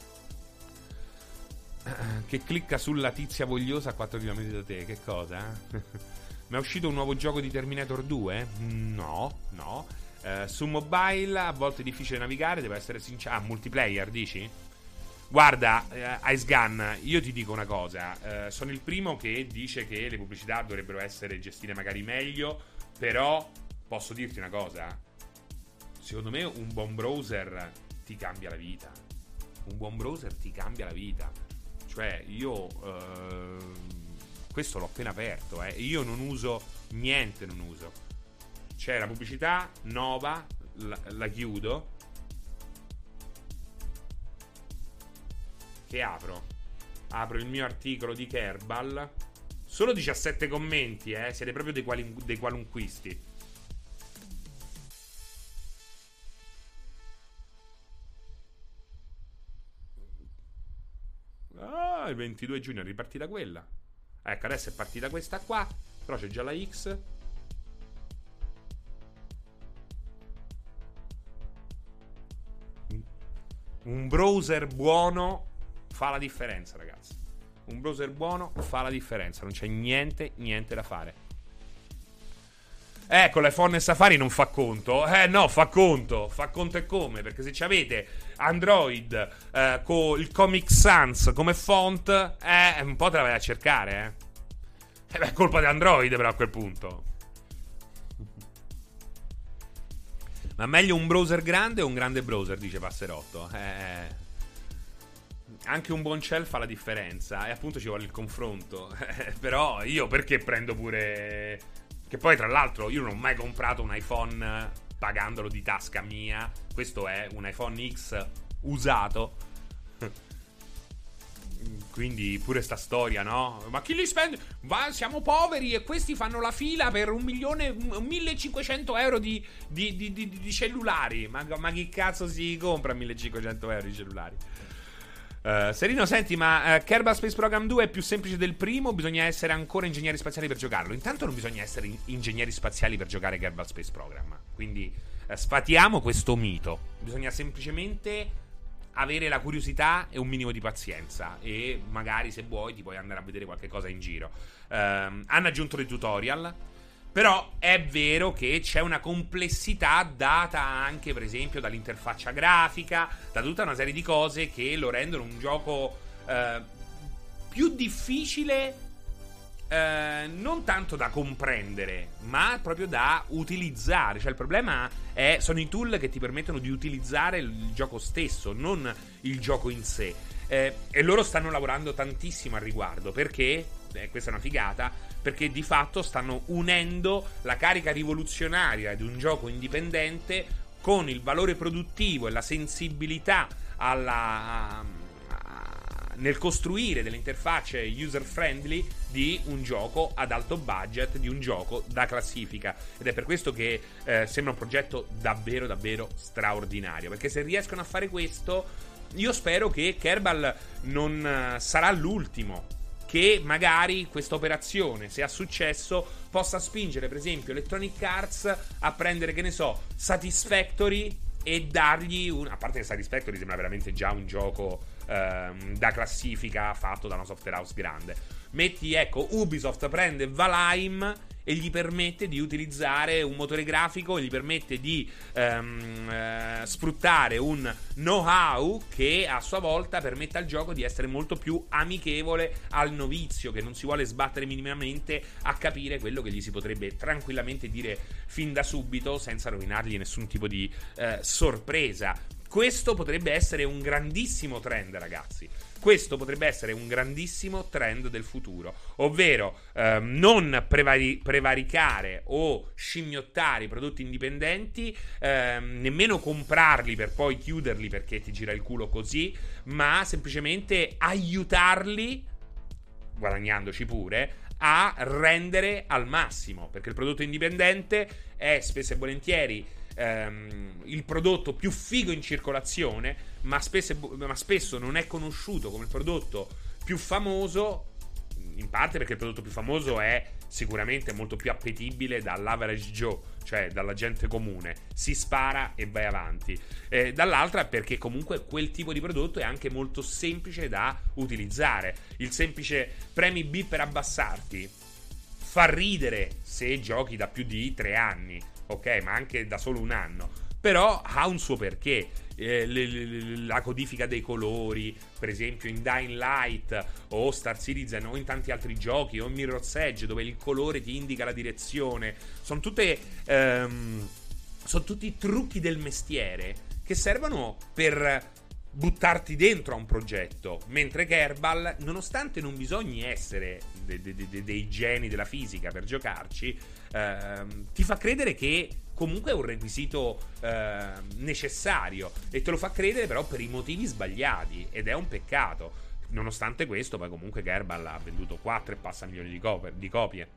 Che clicca sulla tizia vogliosa a 4 km da te. Che cosa? Ma è uscito un nuovo gioco di Terminator 2? No. Su mobile a volte è difficile navigare, deve essere sincero. Multiplayer dici? Guarda, Ice Gun, io ti dico una cosa. Sono il primo che dice che le pubblicità dovrebbero essere gestite magari meglio. Però posso dirti una cosa. Secondo me un buon browser ti cambia la vita. Un buon browser ti cambia la vita. Cioè io questo l'ho appena aperto, io non uso niente, c'è la pubblicità Nova, la chiudo, che apro il mio articolo di Kerbal, solo 17 commenti, siete proprio dei qualunquisti. Il 22 giugno è ripartita quella. Ecco, adesso è partita questa qua. Però c'è già la X. Un browser buono fa la differenza, ragazzi. Un browser buono fa la differenza. Non c'è niente da fare. Con l'iPhone e Safari non fa conto. No, fa conto. Fa conto e come? Perché se ci avete Android con il Comic Sans come font, un po' te la vai a cercare, è colpa di Android però a quel punto. Ma meglio un browser grande o un grande browser, dice Passerotto. Anche un buon shell fa la differenza. E appunto ci vuole il confronto. Però io perché prendo pure... Che poi tra l'altro io non ho mai comprato un iPhone pagandolo di tasca mia. Questo è un iPhone X usato. Quindi pure sta storia, no? Ma chi li spende? Siamo poveri e questi fanno la fila per 1.500 euro di cellulari. Ma chi cazzo si compra 1.500 euro di cellulari? Serino, senti, ma Kerbal Space Program 2 è più semplice del primo? Bisogna essere ancora ingegneri spaziali per giocarlo? Intanto non bisogna essere ingegneri spaziali per giocare Kerbal Space Program. Quindi sfatiamo questo mito. Bisogna semplicemente avere la curiosità e un minimo di pazienza. E magari, se vuoi, ti puoi andare a vedere qualche cosa in giro. Hanno aggiunto dei tutorial. Però è vero che c'è una complessità data anche, per esempio, dall'interfaccia grafica, da tutta una serie di cose che lo rendono un gioco più difficile, non tanto da comprendere, ma proprio da utilizzare. Cioè il problema sono i tool che ti permettono di utilizzare il gioco stesso, non il gioco in sé. E loro stanno lavorando tantissimo al riguardo, perché questa è una figata, perché di fatto stanno unendo la carica rivoluzionaria di un gioco indipendente con il valore produttivo e la sensibilità nel costruire delle interfacce user friendly di un gioco ad alto budget, di un gioco da classifica. Ed è per questo che sembra un progetto davvero davvero straordinario, perché se riescono a fare questo, io spero che Kerbal non sarà l'ultimo, che magari questa operazione, se ha successo, possa spingere per esempio Electronic Arts a prendere, che ne so, Satisfactory e dargli a parte che Satisfactory sembra veramente già un gioco da classifica fatto da una software house grande. Metti, ecco, Ubisoft prende Valheim e gli permette di utilizzare un motore grafico, e gli permette di sfruttare un know-how che a sua volta permette al gioco di essere molto più amichevole al novizio, che non si vuole sbattere minimamente a capire quello che gli si potrebbe tranquillamente dire fin da subito, senza rovinargli nessun tipo di sorpresa. Questo potrebbe essere un grandissimo trend, ragazzi. Questo potrebbe essere un grandissimo trend del futuro, ovvero non prevaricare o scimmiottare i prodotti indipendenti, nemmeno comprarli per poi chiuderli perché ti gira il culo così, ma semplicemente aiutarli, guadagnandoci pure, a rendere al massimo, perché il prodotto indipendente è spesso e volentieri il prodotto più figo in circolazione, ma spesso non è conosciuto come il prodotto più famoso, in parte perché il prodotto più famoso è sicuramente molto più appetibile dall'average Joe, cioè dalla gente comune, si spara e vai avanti, dall'altra perché comunque quel tipo di prodotto è anche molto semplice da utilizzare. Il semplice premi B per abbassarti fa ridere se giochi da più di 3 anni, ok, ma anche da solo un anno, però ha un suo perché. La codifica dei colori, per esempio in Dying Light o Star Citizen o in tanti altri giochi, o in Mirror's Edge, dove il colore ti indica la direzione, sono tutti trucchi del mestiere che servono per buttarti dentro a un progetto, mentre Kerbal, nonostante non bisogni essere dei geni della fisica per giocarci, ti fa credere che comunque è un requisito necessario, e te lo fa credere però per i motivi sbagliati, ed è un peccato. Nonostante questo, poi comunque Kerbal ha venduto 4 e passa milioni di copie.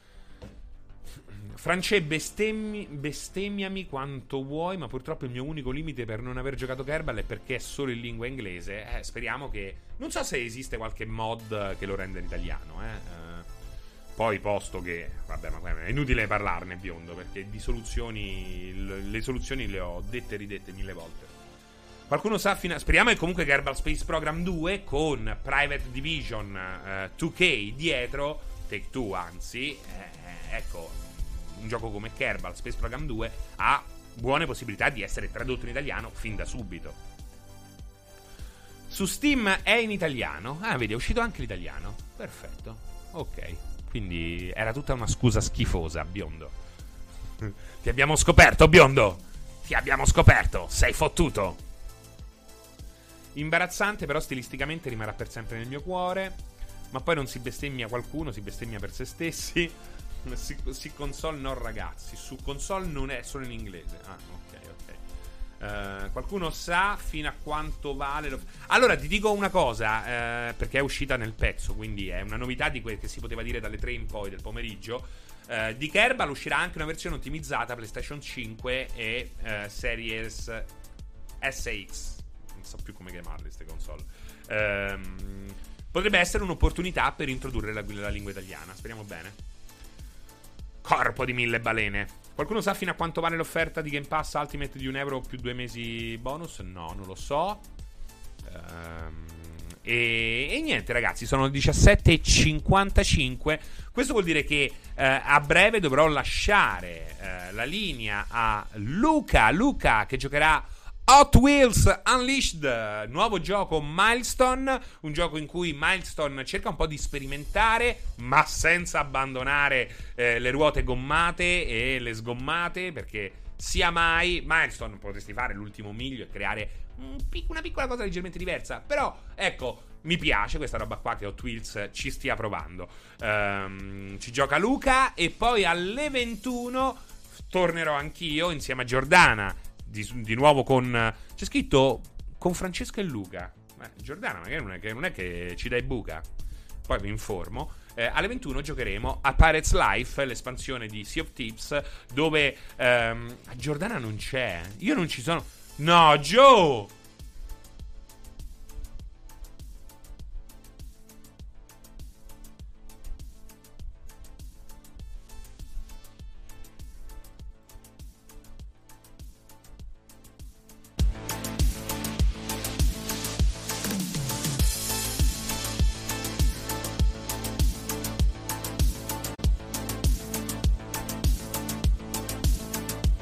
France, bestemmiami quanto vuoi, ma purtroppo il mio unico limite per non aver giocato Kerbal è perché è solo in lingua inglese. Speriamo che... non so se esiste qualche mod che lo renda in italiano, poi posto che... vabbè, ma è inutile parlarne, biondo, perché di soluzioni... le soluzioni le ho dette e ridette 1000 volte. Qualcuno sa... speriamo che comunque Kerbal Space Program 2 con Private Division 2K dietro, Take-Two anzi, ecco, un gioco come Kerbal Space Program 2 ha buone possibilità di essere tradotto in italiano fin da subito. Su Steam è in italiano. Ah, vedi, è uscito anche l'italiano. Perfetto, ok. Quindi era tutta una scusa schifosa, biondo. Ti abbiamo scoperto, biondo. Ti abbiamo scoperto. Sei fottuto. Imbarazzante, però stilisticamente rimarrà per sempre nel mio cuore. Ma poi non si bestemmia qualcuno, si bestemmia per se stessi. Su console no, ragazzi. Su console non è solo in inglese. Ah, ok. Qualcuno sa fino a quanto vale Allora ti dico una cosa, perché è uscita nel pezzo, quindi è una novità di quel che si poteva dire dalle 3 in poi del pomeriggio. Di Kerbal uscirà anche una versione ottimizzata PlayStation 5 e Series SX. Non so più come chiamarle queste console. Potrebbe essere un'opportunità per introdurre la lingua italiana. Speriamo bene. Corpo di 1000 balene. Qualcuno sa fino a quanto vale l'offerta di Game Pass Ultimate di €1 più 2 mesi bonus? No, non lo so. E niente ragazzi, sono le 17:55. Questo vuol dire che a breve dovrò lasciare la linea a Luca che giocherà Hot Wheels Unleashed, nuovo gioco Milestone, un gioco in cui Milestone cerca un po' di sperimentare, ma senza abbandonare le ruote gommate e le sgommate, perché sia mai Milestone potresti fare l'ultimo miglio e creare una piccola cosa leggermente diversa, però ecco, mi piace questa roba qua che Hot Wheels ci stia provando. Ci gioca Luca e poi alle 21 tornerò anch'io insieme a Giordana. Di nuovo con... c'è scritto con Francesco e Luca. Giordana magari non è che ci dai buca. Poi vi informo. Alle 21 giocheremo a Pirates Life, l'espansione di Sea of Thieves, dove Giordana non c'è. Io non ci sono. No, Joe!